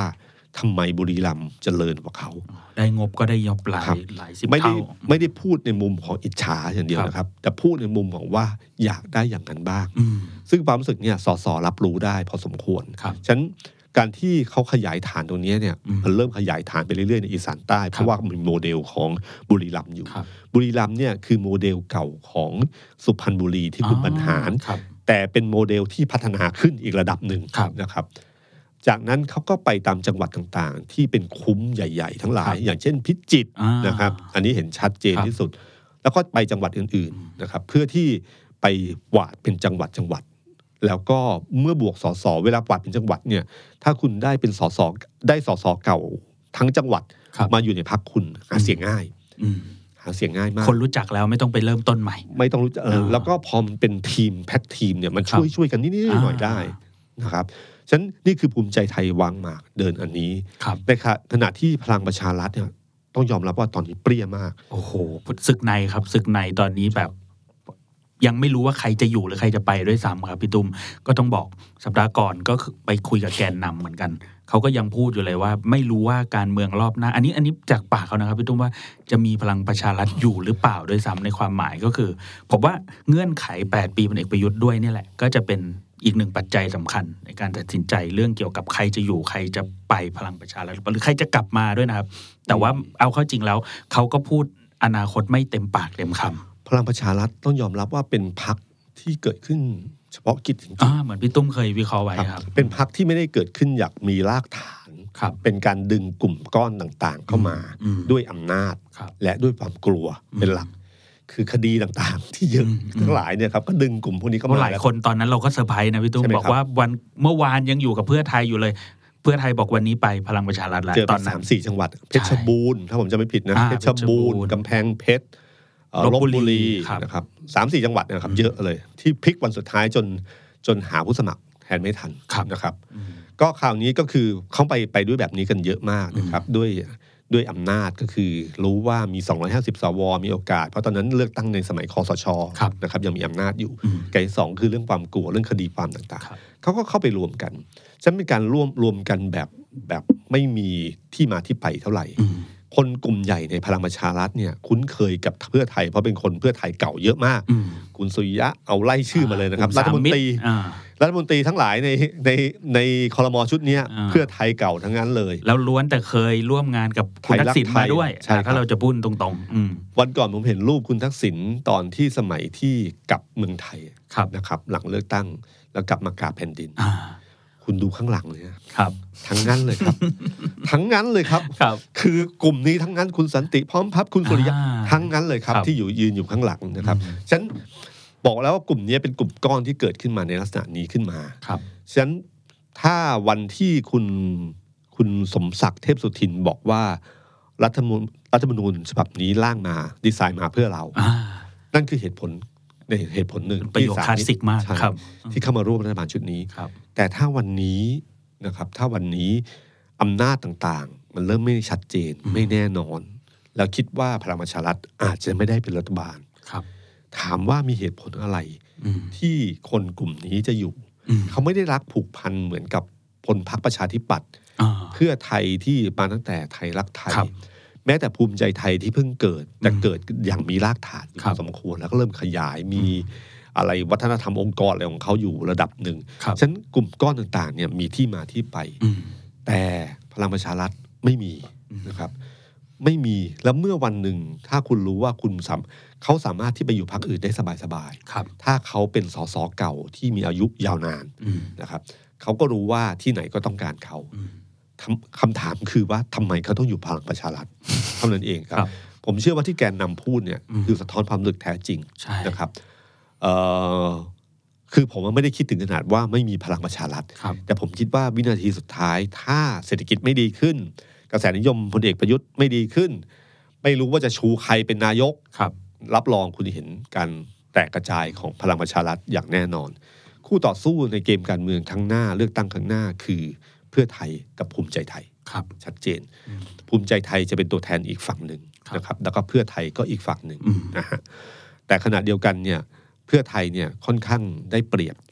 ทำไมบุรีรัมย์เจริญกว่าเขาได้งบก็ได้ยบหลายหลายสิบเท่าไม่ได้ไม่ได้พูดในมุมของอิจฉาอย่างเดียวนะครับแต่พูดในมุมของว่าอยากได้อย่างนั้นบ้างซึ่งความรู้สึกเนี่ยสสรับรู้ได้พอสมควรฉะนั้นการที่เขาขยายฐานตรงนี้เนี่ยมันเริ่มขยายฐานไปเรื่อยๆในอีสานใต้เพราะว่ามีโมเดลของบุรีรัมย์อยู่บุรีรัมย์เนี่ยคือโมเดลเก่าของสุพรรณบุรีที่คุณบรรหารแต่เป็นโมเดลที่พัฒนาขึ้นอีกระดับหนึ่งนะครับจากนั้นเขาก็ไปตามจังหวัดต่างๆที่เป็นคุ้มใหญ่ๆทั้งหลายอย่างเช่นพิจิตรนะครับอันนี้เห็นชัดเจนที่สุดแล้วก็ไปจังหวัดอื่นๆนะครับเพื่อที่ไปกวาดเป็นจังหวัดจังหวัดแล้วก็เมื่อบวกสสเวลากวาดเป็นจังหวัดเนี่ยถ้าคุณได้เป็นสสได้สสเก่าทั้งจังหวัดมาอยู่ในพรรคคุณหาเสียงง่ายหาเสียงง่ายมากคนรู้จักแล้วไม่ต้องไปเริ่มต้นใหม่ไม่ต้องรู้จักแล้วก็พอมันเป็นทีมแพ็คทีมเนี่ยมันช่วยช่วยกันนิดๆหน่อยๆได้นะครับฉะนั้นนี่คือภูมิใจไทยวางหมากเดินอันนี้ในขณะที่พลังประชารัฐเนี่ยต้องยอมรับว่าตอนนี้เปรี้ยมากโอ้โหศึกในครับศึกในตอนนี้แบบยังไม่รู้ว่าใครจะอยู่หรือใครจะไปด้วยซ้ำครับพี่ตุ้มก็ต้องบอกสัปดาห์ก่อนก็ไปคุยกับแกนนำเหมือนกันเขาก็ยังพูดอยู่เลยว่าไม่รู้ว่าการเมืองรอบหน้าอันนี้อันนี้จากปากเขานะครับพี่ตุ้มว่าจะมีพลังประชารัฐอยู่หรือเปล่าด้วยซ้ำในความหมายก็คือผมว่าเงื่อนไขแปดปีพลเอกประยุทธ์ด้วยนี่แหละก็จะเป็นอีกหนึ่งปัจจัยสำคัญในการตัดสินใจเรื่องเกี่ยวกับใครจะอยู่ใครจะไปพลังประชารัฐหรือใครจะกลับมาด้วยนะครับแต่ว่าเอาเข้าจริงแล้วเขาก็พูดอนาคตไม่เต็มปากเต็มคำพลังประชารัฐต้องยอมรับว่าเป็นพรรคที่เกิดขึ้นเฉพาะกิจจริงๆเหมือนพี่ตุ้มเคยวิเคราะห์ไว้ครับเป็นพรรคที่ไม่ได้เกิดขึ้นอยากมีรากฐานเป็นการดึงกลุ่มก้อนต่างๆเข้ามาด้วยอำนาจและด้วยความกลัวเป็นหลักคือคดีต่างๆที่เยอะทั้งหลายเนี่ยครับก็ดึงกลุ่มพวกนี้เข้ามาหลายคนตอนนั้นเราก็เซอร์ไพรส์นะพี่ตุ้มบอกว่าวันเมื่อวานยังอยู่กับเพื่อไทยอยู่เลยเพื่อไทยบอกวันนี้ไปพลังประชารัฐแล้วตอนสามสี่จังหวัดเพชรบูรณ์ถ้าผมจำไม่ผิดนะเพชรบูรณ์กำแพงเพชรลพบุรีนะครับสามสี่จังหวัดนะครับเยอะเลยที่พลิกวันสุดท้ายจนจนหาผู้สมัครแทนไม่ทันนะครับก็คราวนี้ก็คือเข้าไปไปด้วยแบบนี้กันเยอะมากนะครับด้วยด้วยอำนาจก็คือรู้ว่ามีสองร้อยห้าสิบสวมีโอกาสเพราะตอนนั้นเลือกตั้งในสมัยคสช.นะครับยังมีอำนาจอยู่ไกลสองคือเรื่องความกลัวเรื่องคดีความต่างๆเขาก็เข้าไปรวมกันฉะนั้นเป็นการร่วมรวมกันแบบแบบไม่มีที่มาที่ไปเท่าไหร่คนกลุ่มใหญ่ในพลังประชารัฐเนี่ยคุ้นเคยกับเพื่อไทยเพราะเป็นคนเพื่อไทยเก่าเยอะมากคุณสุริยะเอาไล่ชื่อมาเลยนะครับรัฐมนตรีรัฐมนตรีทั้งหลายในในในครม.ชุดนี้เพื่อไทยเก่าทั้งนั้นเลยแล้วล้วนแต่เคยร่วมงานกับคุณทักษิณมาด้วยถ้าเราจะพูดตรงๆวันก่อนผมเห็นรูปคุณทักษิณตอนที่สมัยที่กลับเมืองไทยนะครับหลังเลือกตั้งแล้วกลับมากราบแผ่นดินคุณดูข้างหลังเลยครับทั้งนั้นเลยครับทั้งนั้นเลยครับคือกลุ่มนี้ทั้งนั้นคุณสันติพร้อมพับคุณสุริยะทั้งนั้นเลยครับที่อยู่ยืนอยู่ข้างหลังนะครับฉะนั้นบอกแล้วว่ากลุ่มนี้เป็นกลุ่มก้อนที่เกิดขึ้นมาในลักษณะนี้ขึ้นมาฉะนั้นถ้าวันที่คุณคุณสมศักดิ์เทพสุทินบอกว่ารัฐธรรมนูญรัฐธรรมนูญฉบับนี้ร่างมาดีไซน์มาเพื่อเรานั่นคือเหตุผลในเหตุผลหนึ่งประโยคคลาสสิกมากครับที่เข้ามาร่วมรัฐบาลชุดนี้แต่ถ้าวันนี้นะครับถ้าวันนี้อำนาจต่างๆมันเริ่มไม่ชัดเจนไม่แน่นอนแล้วคิดว่าพลังประชารัฐอาจจะไม่ได้เป็นรัฐบาลถามว่ามีเหตุผลอะไรที่คนกลุ่มนี้จะอยู่เขาไม่ได้รักผูกพันเหมือนกับพลพรรคประชาธิปัตย์เพื่อไทยที่มาตั้งแต่ไทยรักไทยแม้แต่ภูมิใจไทยที่เพิ่งเกิดแต่เกิดอย่างมีรากฐานอยู่สมควรแล้วก็เริ่มขยายมีอะไรวัฒนธรรมองค์กรอะไรของเขาอยู่ระดับหนึ่งฉะนั้นกลุ่มก้อนต่างๆเนี่ยมีที่มาที่ไปแต่พลังประชารัฐไม่มีนะครับไม่มีแล้วเมื่อวันหนึ่งถ้าคุณรู้ว่าคุณสามเขาสามารถที่ไปอยู่พรรคอื่นได้สบายๆถ้าเขาเป็นสสเก่าที่มีอายุยาวนานนะครับเขาก็รู้ว่าที่ไหนก็ต้องการเขาคำถามคือว่าทำไมเขาต้องอยู่พลังประชารัฐเท่านั้นเองครับผมเชื่อว่าที่แกนนำพูดเนี่ยคือสะท้อนความรู้สึกแท้จริงนะครับคือผมไม่ได้คิดถึงขนาดว่าไม่มีพลังประชารัฐแต่ผมคิดว่าวินาทีสุดท้ายถ้าเศรษฐกิจไม่ดีขึ้นกระแสนิยมพลเอกประยุทธ์ไม่ดีขึ้นไม่รู้ว่าจะชูใครเป็นนายกรับรองคุณเห็นการแตกกระจายของพลังประชารัฐอย่างแน่นอนคู่ต่อสู้ในเกมการเมืองครั้งหน้าเลือกตั้งครั้งหน้าคือเพื่อไทยกับภูมิใจไทยชัดเจนภูมิใจไทยจะเป็นตัวแทนอีกฝั่งหนึ่งนะครับแล้วก็เพื่อไทยก็อีกฝั่งหนึ่งนะฮะแต่ขณะเดียวกันเนี่ยเพื่อไทยเนี่ยค่อนข้างได้เปรียบ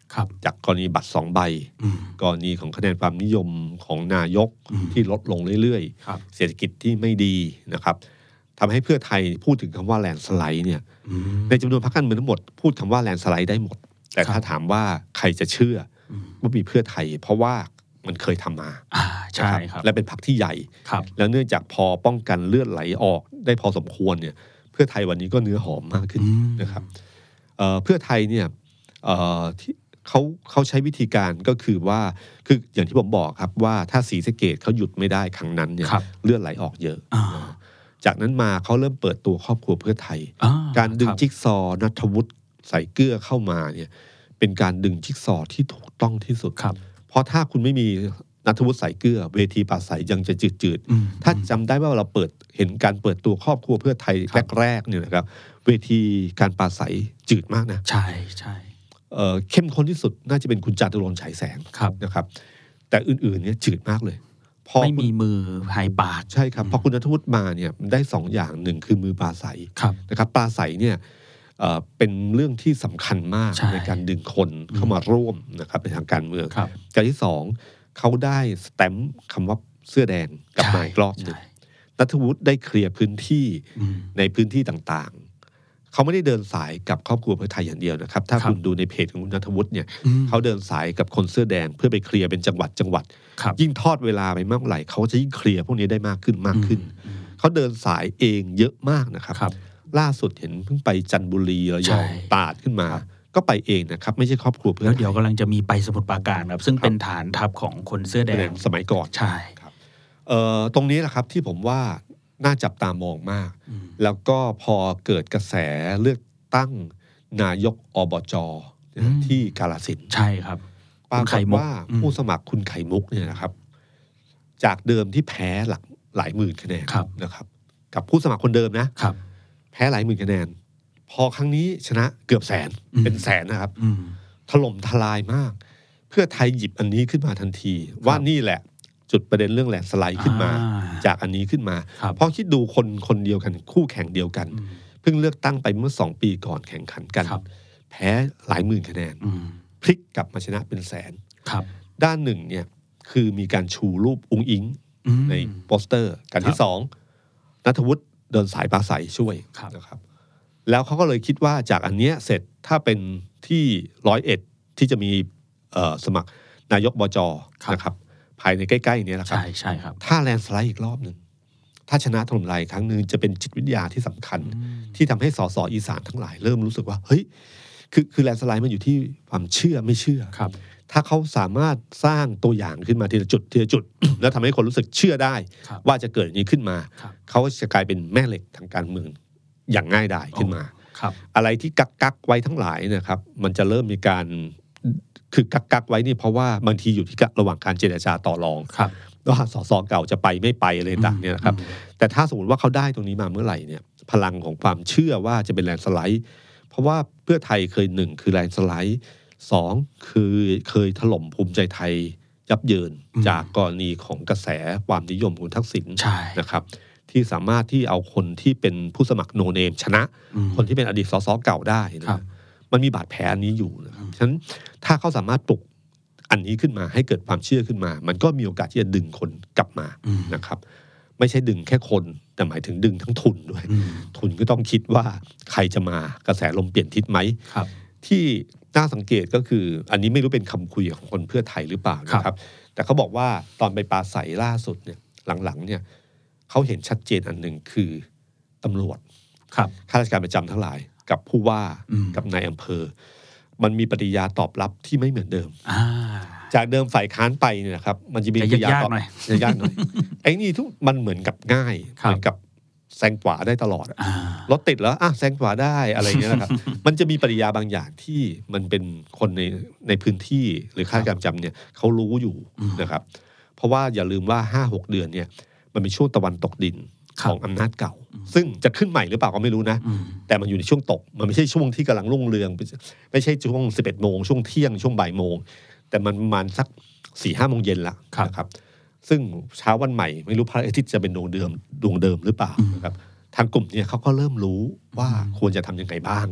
จากกรณีบัตรสองใบกรณีของคะแนนความนิยมของนายกที่ลดลงเรื่อยๆเศรษฐกิจที่ไม่ดีนะครับทำให้เพื่อไทยพูดถึงคำว่าแลนด์สไลด์เนี่ยในจำนวนพรรคการเมืองทั้งหมดพูดคำว่าแลนด์สไลด์ได้หมดแต่ถ้าถามว่าใครจะเชื่อว่ามีเพื่อไทยเพราะว่ามันเคยทำมาใช่ครับและเป็นพรรคที่ใหญ่แล้วเนื่องจากพอป้องกันเลือดไหลออกได้พอสมควรเนี่ยเพื่อไทยวันนี้ก็เนื้อหอมมากขึ้นนะครับเ, เพื่อไทยเนี่ยที่เขาเขาใช้วิธีการก็คือว่าคืออย่างที่ผมบอกครับว่าถ้าศรีสะเกษเขาหยุดไม่ได้ครั้งนั้นเนี่ยเลือดไหลออกเยอะจากนั้นมาเขาเริ่มเปิดตัวครอบครัวเพื่อไทยการดึงจิ๊กซอว์ณัฐวุฒิใส่เกลือเข้ามาเนี่ยเป็นการดึงจิ๊กซอว์ที่ถูกต้องที่สุดเพราะถ้าคุณไม่มีณัฐวุฒิใส่เกลือเวทีปราศัยยังจะจืดๆถ้าจำได้ว่าเราเปิดเห็นการเปิดตัวครอบครัวเพื่อไทยแรกๆเนี่ยนะครับเวทีการปราศัยจืดมากนะใช่ใช่เข้มข้นที่สุดน่าจะเป็นคุณจาตุรนต์ฉายแสงนะครับแต่อื่นๆเนี่ยจืดมากเลยไม่มีมือไฮปากใช่ครับพอคุณณัฐวุฒิมาเนี่ยได้สองอย่างหนึ่งคือมือปราศัยนะครับปราศัยเนี่ยเป็นเรื่องที่สำคัญมาก ใ, ในการดึงคนเข้ามาร่วมนะครับในทางการเมืองการที่สองเขาได้สแตมป์คำว่าเสื้อแดงกลับมาอีกรอบหนึ่งณัฐวุฒิได้เคลียร์พื้นที่ในพื้นที่ต่างๆเขาไม่ได้เดินสายกับครอบครัวเพื่อไทยอย่างเดียวนะครับถ้าคุณดูในเพจของคุณณัฐวุฒิเนี่ยเขาเดินสายกับคนเสื้อแดงเพื่อไปเคลียร์เป็นจังหวัดจังหวัดยิ่งทอดเวลาไปมากเท่าไหร่เขาจะยิ่งเคลียร์พวกนี้ได้มากขึ้นมากขึ้นเขาเดินสายเองเยอะมากนะครับล่าสุดเห็นเพิ่งไปจันทบุรีระยองตราดขึ้นมาก็ไปเองนะครับไม่ใช่ครอบครัวเพื่อแล้วเดี๋ยวกำลังจะมีไปสมุทรปราการครับซึ่งเป็นฐานทัพของคนเสื้อแดงสมัยก่อนใช่ครับตรงนี้แหละครับที่ผมว่าน่าจับตามองมากแล้วก็พอเกิดกระแสเลือกตั้งนายกอบจ.ที่กาฬสินธุ์ใช่ครับปรากฏว่าผู้สมัครคุณไข่มุกเนี่ยนะครับจากเดิมที่แพ้หลักหลายหมื่นคะแนนนะครับกับผู้สมัครคนเดิมนะแพ้หลายหมื่นคะแนนพอครั้งนี้ชนะเกือบแสนเป็นแสนนะครับถล่มทลายมากเพื่อไทยหยิบอันนี้ขึ้นมาทันทีว่านี่แหละจุดประเด็นเรื่องแหลกสไลด์ขึ้นมาจากอันนี้ขึ้นมาเพราะคิดดูคนคนเดียวกันคู่แข่งเดียวกันเพิ่งเลือกตั้งไปเมื่อสองปีก่อนแข่งขันกันแพ้หลายหมื่นคะแนนพลิกกลับมาชนะเป็นแสนด้านหนึ่งเนี่ยคือมีการชูรูปอุ้งอิงในโปสเตอร์กันที่สองณัฐวุฒิเดินสายปราศัยช่วยนะครับแล้วเขาก็เลยคิดว่าจากอันเนี้ยเสร็จถ้าเป็นที่ร้อยเอ็ดที่จะมีสมัครนายกบจ.นะครับภายในใกล้ๆนี้แหละครับใช่ใช่ครับถ้าแลนด์สไลด์อีกรอบหนึ่งถ้าชนะถล่มทลายครั้งนึงจะเป็นจิตวิทยาที่สำคัญที่ทำให้สสอีสานทั้งหลายเริ่มรู้สึกว่าเฮ้ยคือคือแลนด์สไลด์มันอยู่ที่ความเชื่อไม่เชื่อถ้าเขาสามารถสร้างตัวอย่างขึ้นมาทีละจุดทีละจุด แล้วทำให้คนรู้สึกเชื่อได้ว่าจะเกิดอย่างนี้ขึ้นมาเขาจะกลายเป็นแม่เหล็กทางการเมืองอย่างง่ายดายขึ้นมาอะไรที่กักกักไว้ทั้งหลายนะครับมันจะเริ่มมีการคือกักกักไว้นี่เพราะว่าบางทีอยู่ที่ระหว่างการเจรจาต่อรองว่าสสเก่าจะไปไม่ไปอะไรต่างเนี่ยนะครับแต่ถ้าสมมติว่าเขาได้ตรงนี้มาเมื่อไหร่เนี่ยพลังของความเชื่อว่าจะเป็นแลนด์สไลด์เพราะว่าเพื่อไทยเคยหนึ่งคือแลนด์สไลด์สองคือเคยถล่มภูมิใจไทยยับเยินจากกรณีของกระแสความนิยมของทักษิณนะครับที่สามารถที่เอาคนที่เป็นผู้สมัครโนเนมชนะคนที่เป็นอดีตสสเก่าได้นะมันมีบาดแผลอันนี้อยู่นะครับฉะนั้นถ้าเขาสามารถปลุกอันนี้ขึ้นมาให้เกิดความเชื่อขึ้นมามันก็มีโอกาสที่จะดึงคนกลับมานะครับไม่ใช่ดึงแค่คนแต่หมายถึงดึงทั้งทุนด้วยทุนก็ต้องคิดว่าใครจะมากระแสลมเปลี่ยนทิศไหมที่น่าสังเกตก็คืออันนี้ไม่รู้เป็นคำคุยของคนเพื่อไทยหรือเปล่านะครับแต่เขาบอกว่าตอนไปปราศัยล่าสุดเนี่ยหลังๆเนี่ยเขาเห็นชัดเจนอันหนึ่งคือตำรวจข้าราชการประจำทั้งหลายกับผู้ว่ากับนายอำเภอมันมีปฏิกิริยาตอบรับที่ไม่เหมือนเดิมจากเดิมฝ่ายค้านไปเนี่ยนะครับมันจะมีปฏิกิริยาตอบยากหน่อยไอ้นี่ทุกมันเหมือนกับง่ายเหมือนกับแซงขวาได้ตลอดรถติดแล้วอ่ะแซงขวาได้อะไรเงี้ยนะครับมันจะมีปฏิกิริยาบางอย่างที่มันเป็นคนในในพื้นที่หรือข้าราชการประจำเนี่ยเขารู้อยู่นะครับเพราะว่าอย่าลืมว่า ห้าหก เดือนเนี่ยมันเป็นช่วงตะวันตกดินของอำนาจเก่าซึ่งจะขึ้นใหม่หรือเปล่าก็ไม่รู้นะแต่มันอยู่ในช่วงตกมันไม่ใช่ช่วงที่กำลังรุ่งเรืองไม่ใช่ช่วงสิบเอ็ดโมงช่วงเที่ยงช่วงบ่ายโมงแต่มันประมาณสัก สี่ห้า โมงเย็นละนะครับซึ่งเช้าวันใหม่ไม่รู้พระอาทิตย์จะเป็นดวงเดิมดวงเดิมหรือเปล่านะครับทางกลุ่มเนี่ยเขาก็เริ่มรู้ว่าควรจะทำยังไงบ้าง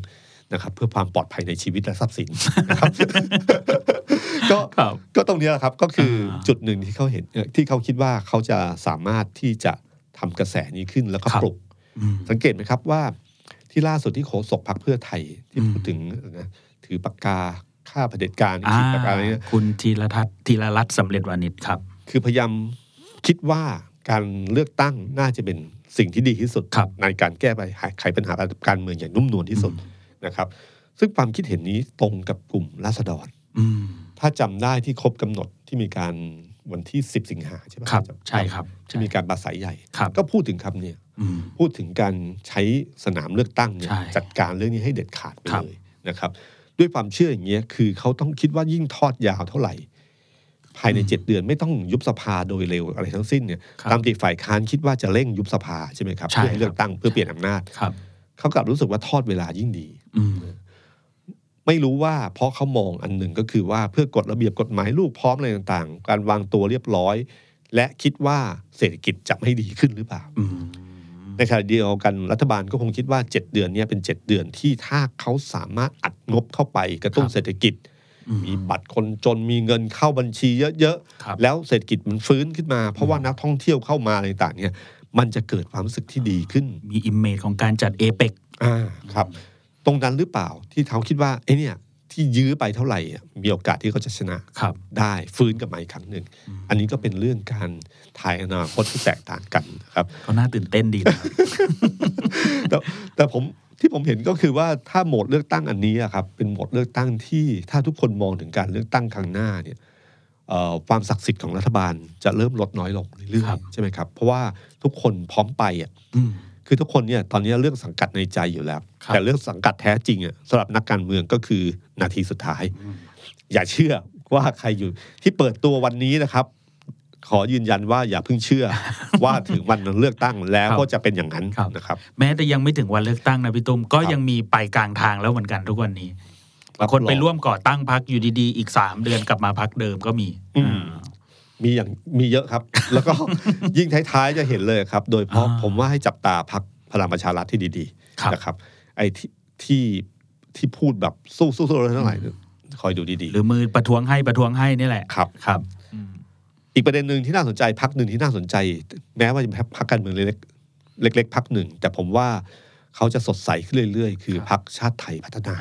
นะครับเพื่อความปลอดภัยในชีวิตและทรัพย์สินนะครับ ก็ก็ตรงนี้แหละครับก็คือจุดหนึ่งที่เขาเห็นที่เขาคิดว่าเขาจะสามารถที่จะทำกระแสนี้ขึ้นแล้วก็ปลุกสังเกตไหมครับว่าที่ล่าสุดที่โฆษกพรรคเพื่อไทยที่พูดถึงนะถือปากกาฆ่าเผด็จการขีดปากกาอะไรเนี่ยคุณธีรทัศน์ธีรรัตน์สำเร็จวานิชครับคือพยายามคิดว่าการเลือกตั้งน่าจะเป็นสิ่งที่ดีที่สุดในการแก้ไขปัญหาการเมืองอย่างนุ่มนวลที่สุดนะครับซึ่งความคิดเห็นนี้ตรงกับกลุ่มราษฎรถ้าจำได้ที่ครบกำหนดที่มีการวันที่สิบสิงหาใช่ไหมครับใช่ครับที่มีการปราศัยใหญ่ก็พูดถึงคำนี้พูดถึงการใช้สนามเลือกตั้งเนี่ยจัดการเรื่องนี้ให้เด็ดขาดไปเลยนะครับด้วยความเชื่ออย่างเงี้ยคือเขาต้องคิดว่ายิ่งทอดยาวเท่าไหร่ภายในเจ็ดเดือนไม่ต้องยุบสภาโดยเร็วอะไรทั้งสิ้นเนี่ยตามที่ฝ่ายค้านคิดว่าจะเร่งยุบสภาใช่ไหมครับเพื่อให้เลือกตั้งเพื่อเปลี่ยนอำนาจเขากลับรู้สึกว่าทอดเวลายิ่งดีไม่รู้ว่าเพราะเขามองอันหนึ่งก็คือว่าเพื่อกฎระเบียบกฎหมายลูกพร้อมอะไรต่างๆการวางตัวเรียบร้อยและคิดว่าเศรษฐกิจจะไม่ดีขึ้นหรือเปล่าในขณะเดียวกันรัฐบาลก็คงคิดว่าเจ็ดเดือนนี้เป็นเจ็ดเดือนที่ถ้าเขาสามารถอัดงบเข้าไปกระตุ้นเศรษฐกิจมีบัตรคนจนมีเงินเข้าบัญชีเยอะๆแล้วเศรษฐกิจมันฟื้นขึ้นมาเพราะว่านักท่องเที่ยวเข้ามาอะไรต่างๆเนี่ยมันจะเกิดความรู้สึกที่ดีขึ้นมีอิมเมจของการจัดเอเปกอ่าครับตรงนั้นหรือเปล่าที่เขาคิดว่าไอ้เนี่ยที่ยื้อไปเท่าไหร่มีโอกาสที่เขาจะชนะได้ฟื้นกลับมาอีกครั้งหนึ่งอันนี้ก็เป็นเรื่องการทายอนาคตที่แตกต่างกันครับก็น่าตื่นเต้นดีนะครับแต่แต่ผมที่ผมเห็นก็คือว่าถ้าโหมดเลือกตั้งอันนี้ครับเป็นโหมดเลือกตั้งที่ถ้าทุกคนมองถึงการเลือกตั้งครั้งหน้าเนี่ยความศักดิ์สิทธิ์ของรัฐบาลจะเริ่มลดน้อยลงเรื่อยๆใช่ไหมครับเพราะว่าทุกคนพร้อมไปอ่ะคือทุกคนเนี่ยตอนนี้เรื่องสังกัดในใจอยู่แล้วแต่เรื่องสังกัดแท้จริงอ่ะสำหรับนักการเมืองก็คือนาทีสุดท้ายอย่าเชื่อว่าใครอยู่ที่เปิดตัววันนี้นะครับขอยืนยันว่าอย่าเพิ่งเชื่อ ว่าถึงวันเลือกตั้งแล้วก็จะเป็นอย่างนั้นนะครับแม้แต่ยังไม่ถึงวันเลือกตั้งนะพี่ตุ้มก็ยังมีไปกลางทางแล้วเหมือนกันทุกวันนี้บางคนไปร่วมก่อตั้งพรรคอยู่ดีๆอีกสามเดือนกลับมาพรรคเดิมก็มีมีอย่างมีเยอะครับแล้วก็ยิ่งท้ายๆจะเห็นเลยครับโดยเพราะผมว่าให้จับตาพรรคพลังประชารัฐที่ดีๆนะครับไอ้ที่ที่ที่พูดแบบสู้สู้สู้เท่าไหร่คอยดูดีๆหรือมือประท้วงให้ประท้วงให้นี่แหละครับครับอีกประเด็นหนึ่งที่น่าสนใจพรรคหนึ่งที่น่าสนใจแม้ว่าจะเป็นพรรคการเมืองเล็กๆเล็กๆพรรคหนึ่งแต่ผมว่าเขาจะสดใสขึ้นเรื่อยๆคือพรรคชาติไทยพัฒนา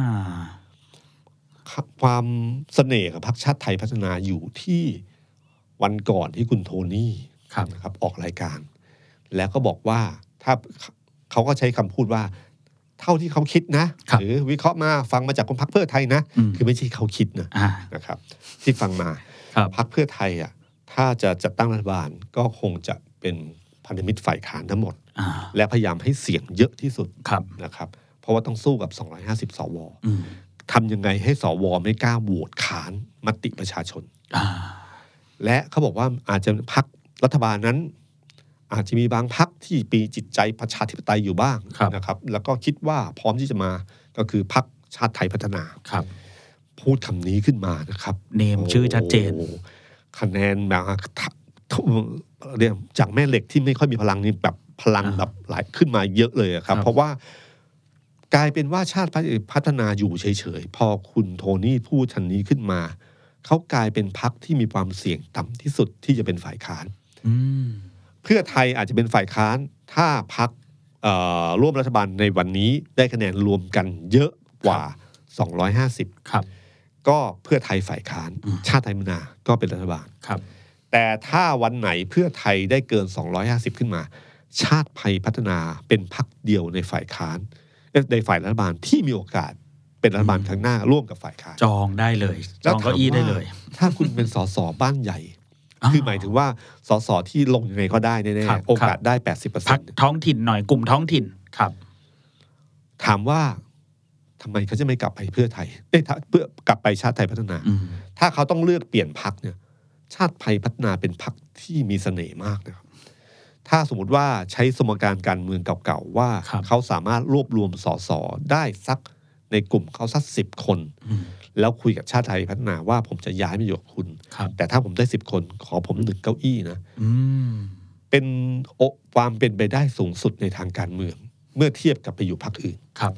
ความเสน่ห์ของพรรคชาติไทยพัฒนาอยู่ที่วันก่อนที่คุณโทนี่นะครับออกรายการแล้วก็บอกว่าถ้าเขาก็ใช้คำพูดว่าเท่าที่เขาคิดนะหรือวิเคราะห์มาฟังมาจากคนพรรคเพื่อไทยนะคือไม่ใช่เขาคิดนะนะครับที่ฟังมาพรรคเพื่อไทยอ่ะถ้าจะจัดตั้งรัฐบาลก็คงจะเป็นพันธมิตรฝ่ายค้านทั้งหมดและพยายามให้เสียงเยอะที่สุดนะครับเพราะว่าต้องสู้กับสองร้อยห้าสิบสวทำยังไงให้สวไม่กล้าโหวตค้านมติประชาชนและเขาบอกว่าอาจจะพรรครัฐบาลนั้นอาจจะมีบางพรรคที่ปีจิตใจประชาธิปไตยอยู่บ้างนะครับแล้วก็คิดว่าพร้อมที่จะมาก็คือพรรคชาติไทยพัฒนาพูดคำนี้ขึ้นมานะครับเนมชื่อชัดเจนคะแนนแบบเรียกจากแม่เหล็กที่ไม่ค่อยมีพลังนี่แบบพลังแบบหลายขึ้นมาเยอะเลยครับเพราะว่ากลายเป็นว่าชาติพัฒนาอยู่เฉยๆพอคุณโทนี่พูดทันนี้ขึ้นมาเขากลายเป็นพรรคที่มีความเสี่ยงต่ำที่สุดที่จะเป็นฝ่ายค้านเพื่อไทยอาจจะเป็นฝ่ายค้านถ้าพรรคร่วมรัฐบาลในวันนี้ได้คะแนนรวมกันเยอะกว่าสองร้อยห้าสิบครับก็เพื่อไทยฝ่ายค้านชาติไทยพัฒนาก็เป็นรัฐบาลครับแต่ถ้าวันไหนเพื่อไทยได้เกินสองร้อยห้าสิบขึ้นมาชาติไทยพัฒนาเป็นพรรคเดียวในฝ่ายค้านในฝ่ายรัฐบาลที่มีโอกาสเป็นรัฐบาลครั้งหน้าร่วมกับฝ่ายค้านจองได้เลยจองเก้าอี้ได้เลยถ้าคุณเป็นสสบ้านใหญ่คือหมายถึงว่าสสที่ลงยังไงก็ได้แน่ๆโอกาสได้ แปดสิบเปอร์เซ็นต์พรรคท้องถิ่นหน่อยกลุ่มท้องถิ่นครับถามว่าทำไมเขาจะไม่กลับไปเพื่อไทยเอ้ยเพื่อกลับไปชาติไทยพัฒนาถ้าเขาต้องเลือกเปลี่ยนพรรคเนี่ยชาติไทยพัฒนาเป็นพรรคที่มีเสน่ห์มากนะครับถ้าสมมติว่าใช้สมการการเมืองเก่าๆว่าเขาสามารถรวบรวมสสได้สักในกลุ่มเขาสักสิบคนแล้วคุยกับชาติไทยพัฒนาว่าผมจะย้ายมาอยู่กับคุณแต่ถ้าผมได้สิบคนขอผมหนึ่งเก้าอี้นะเป็นโอความเป็นไปได้สูงสุดในทางการเมืองเมื่อเทียบกับไปอยู่พรรคอื่นครับ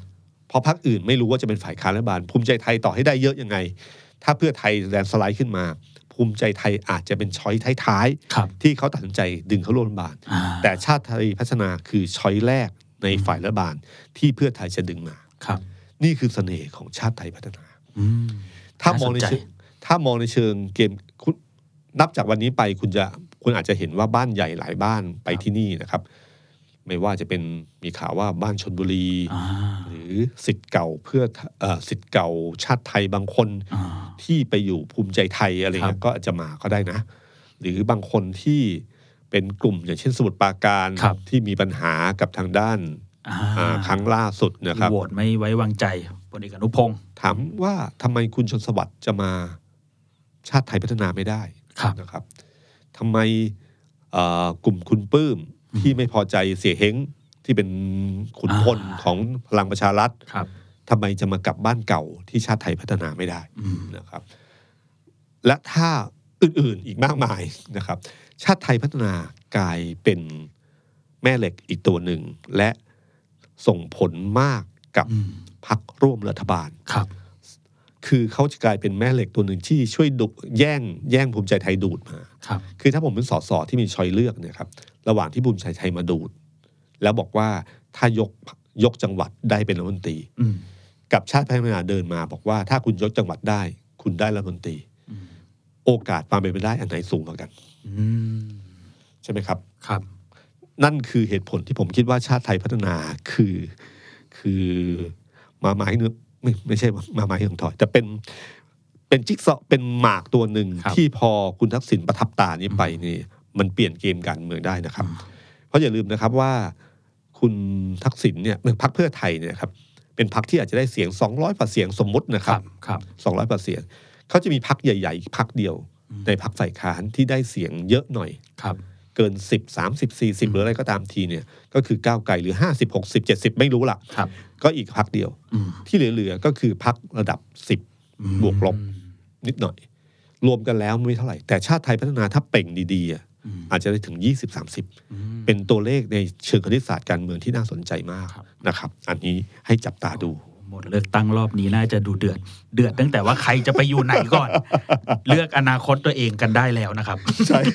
เพราะพรรคอื่นไม่รู้ว่าจะเป็นฝ่ายค้านรัฐบาลภูมิใจไทยต่อให้ได้เยอะยังไงถ้าเพื่อไทยแลนสไลด์ขึ้นมาภูมิใจไทยอาจจะเป็นช้อยท้ายๆที่เขาตัดสินใจดึงเข้าร่วมรัฐบาลแต่ชาติไทยพัฒนาคือช้อยแรกในฝ่ายรัฐบาลที่เพื่อไทยจะดึงมานี่คือเสน่ห์ของชาติไทยพัฒนาถ้ามองในเชิงถ้ามองในเชิงเกมนับจากวันนี้ไปคุณจะคุณอาจจะเห็นว่าบ้านใหญ่หลายบ้านไปที่นี่นะครับไม่ว่าจะเป็นมีข่าวว่าบ้านชลบุรีหรือศิษย์เก่าเพื่อเอ่อศิษย์เก่าชาติไทยบางคนที่ไปอยู่ภูมิใจไทยอะไรเงี้ยก็อาจจะมาก็ได้นะหรือบางคนที่เป็นกลุ่มอย่างเช่นสมุทรปราการที่มีปัญหากับทางด้านครั้งล่าสุดนะครับโหวตไม่ไว้วางใจพลเอกอนุพงศ์ถามว่าทำไมคุณชนสวัสดิ์จะมาชาติไทยพัฒนาไม่ได้นะครับทำไมกลุ่มคุณปื้มที่ไม่พอใจเสียเฮ้งที่เป็นขุนพลของพลังประชารัฐทำไมจะมากลับบ้านเก่าที่ชาติไทยพัฒนาไม่ได้นะครับและถ้าอื่นๆอีกมากมายนะครับชาติไทยพัฒนากลายเป็นแม่เหล็กอีกตัวหนึ่งและส่งผลมากกับพรรคร่วมรัฐบาลครับคือเขาจะกลายเป็นแม่เหล็กตัวหนึ่งที่ช่วยดุแย่งแย่งภูมิใจไทยดูดมาครับคือถ้าผมเป็นสสที่มีช้อยเลือกเนี่ยครับระหว่างที่ภูมิใจไทยมาดูดแล้วบอกว่าถ้ายกยกจังหวัดได้เป็นรัฐมนตรีกับชาติพัฒนาเดินมาบอกว่าถ้าคุณยกจังหวัดได้คุณได้รัฐมนตรีโอกาสความเป็นไปได้อันไหนสูงกว่ากันใช่ไหมครับครับนั่นคือเหตุผลที่ผมคิดว่าชาติไทยพัฒนาคือคือมาไม้เนื้อไม่ไม่ใช่มาไม้ของถอยแต่เป็นเป็นจิ๊กซอว์เป็นหมากตัวหนึ่งที่พอคุณทักษิณประทับตานี้ไปนี่มันเปลี่ยนเกมการเมืองได้นะครับเพราะอย่าลืมนะครับว่าคุณทักษิณเนี่ยพรรคเพื่อไทยเนี่ยครับเป็นพรรคที่อาจจะได้เสียงสองร้อยกว่าเสียงสมมุตินะครับสองร้อยกว่าเสียงเขาจะมีพรรคใหญ่ๆพรรคเดียวในพรรคฝ่ายค้านที่ได้เสียงเยอะหน่อยเกินสิบ สามสิบ สี่สิบหรืออะไรก็ตามทีเนี่ยก็คือก้าวไกลหรือห้าสิบ หกสิบ เจ็ดสิบไม่รู้ล่ะก็อีกพรรคเดียวที่เหลือๆก็คือพรรคระดับสิบบวกลบนิดหน่อยรวมกันแล้วไม่เท่าไหร่แต่ชาติไทยพัฒนาถ้าเป่งดีๆอาจจะได้ถึง ยี่สิบ สามสิบ เป็นตัวเลขในเชิงคณิตศาสตร์การเมืองที่น่าสนใจมากนะครับอันนี้ให้จับตาดูหมดเลือกตั้งรอบนี้น่าจะดูเดือดเดือดตั้งแต่ว่าใครจะไปอยู่ไหนก่อน เลือกอนาคตตัวเองกันได้แล้วนะครับใช่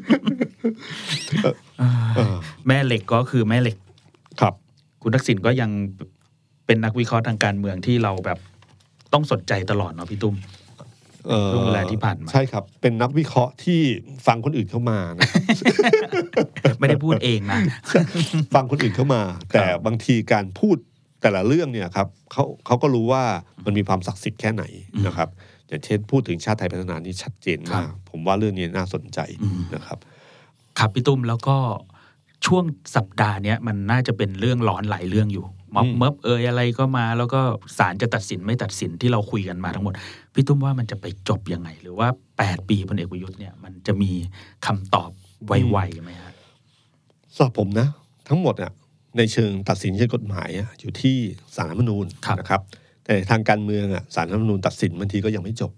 แม่เหล็กก็คือแม่เหล็กครับคุณทักษิณก็ยังเป็นนักวิเคราะห์ทางการเมืองที่เราแบบต้องสนใจตลอดเนาะพี่ตุ้มช่วงเวลาที่ผ่านมาใช่ครับเป็นนักวิเคราะห์ที่ฟังคนอื่นเข้ามานะไม่ได้พูดเองนะฟังคนอื่นเข้ามาแต่บางทีการพูดแต่ละเรื่องเนี่ยครับเขาเขาก็รู้ว่ามันมีความศักดิ์สิทธิ์แค่ไหนนะครับอย่างเช่นพูดถึงชาติไทยพัฒนานี่ชัดเจนมากผมว่าเรื่องนี้น่าสนใจนะครับครับพี่ตุ้มแล้วก็ช่วงสัปดาห์นี้มันน่าจะเป็นเรื่องร้อนหลายเรื่องอยู่ม็อบเมิบเอ่ยอะไรก็มาแล้วก็ศาลจะตัดสินไม่ตัดสินที่เราคุยกันมาทั้งหมดพี่ตุ้มว่ามันจะไปจบยังไงหรือว่าแปดปีพลเอกประยุทธ์เนี่ยมันจะมีคำตอบไวๆไหมฮะสำหรับผมนะทั้งหมดอ่ะในเชิงตัดสินเชิงกฎหมายอยู่ที่ศาลรัฐธรรมนูญนะครับแต่ทางการเมืองอ่ะศาลรัฐธรรมนูญตัดสินบางทีก็ยังไม่จบ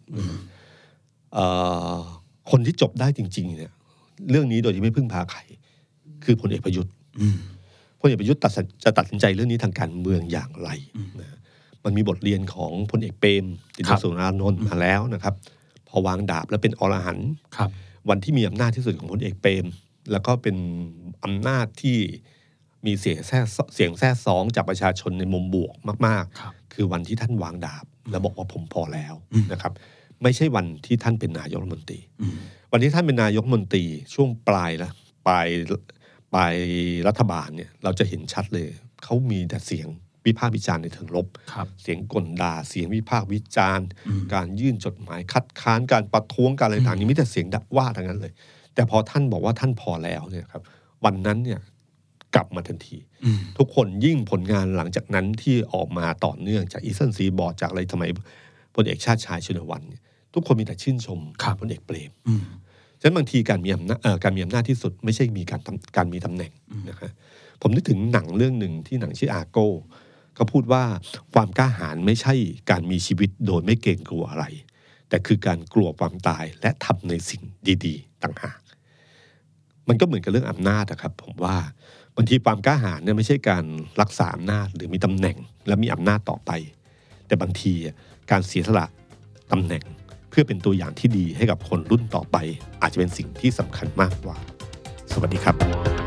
คนที่จบได้จริงๆเนี่ยเรื่องนี้โดยที่ไม่พึ่งพาใครคือพลเอกประยุทธ์พลเอกประยุทธ์จะตัดสินใจเรื่องนี้ทางการเมืองอย่างไรนะมันมีบทเรียนของพลเอกเปรมติณสุรานนท์มาแล้วนะครับพอวางดาบแล้วเป็นอรหันต์วันที่มีอำนาจที่สุดของพลเอกเปรมแล้วก็เป็นอำนาจที่มีเสียงแท้เสียงแท้สองจากประชาชนในมุมบวกมากๆคือวันที่ท่านวางดาบแล้วบอกว่าผมพอแล้วนะครับไม่ใช่วันที่ท่านเป็นนายกรัฐมนตรีวันที่ท่านเป็นนายกรัฐมนตรีช่วงปลายละปลายปลายรัฐบาลเนี่ยเราจะเห็นชัดเลยเขามีแต่เสียงวิพากษ์วิจารณ์ในเชิงลบเสียงกลด่าเสียงวิพากษ์วิจารณ์การยื่นจดหมายคัดค้านการประท้วงการอะไรต่างๆนี้มีแต่เสียงว่าทั้งนั้นเลยแต่พอท่านบอกว่าท่านพอแล้วเนี่ยครับวันนั้นเนี่ยกลับมาทันทีทุกคนยิ่งผลงานหลังจากนั้นที่ออกมาต่อเนื่องจากอีสเทิร์นซีบอร์ดจากอะไรสมัยพลเอกชาติชายชุนวันทุกคนมีแต่ชื่นชมพลเอกเปรมฉะนั้นบางทีการมีอำนาจการมีอำนาจที่สุดไม่ใช่มีการการมีตำแหน่งนะครับผมนึกถึงหนังเรื่องหนึ่งที่หนังชื่ออาโก้เขาพูดว่าความกล้าหาญไม่ใช่การมีชีวิตโดยไม่เกรงกลัวอะไรแต่คือการกลัวความตายและทำในสิ่งดีๆต่างหากมันก็เหมือนกับเรื่องอำนาจนะครับผมว่าบางทีความกล้าหาญเนี่ยไม่ใช่การรักษาอำนาจหรือมีตำแหน่งและมีอำนาจต่อไปแต่บางทีการเสียสละตำแหน่งเพื่อเป็นตัวอย่างที่ดีให้กับคนรุ่นต่อไปอาจจะเป็นสิ่งที่สำคัญมากกว่าสวัสดีครับ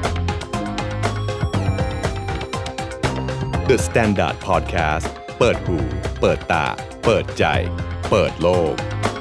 The Standard Podcast เปิดหูเปิดตาเปิดใจเปิดโลก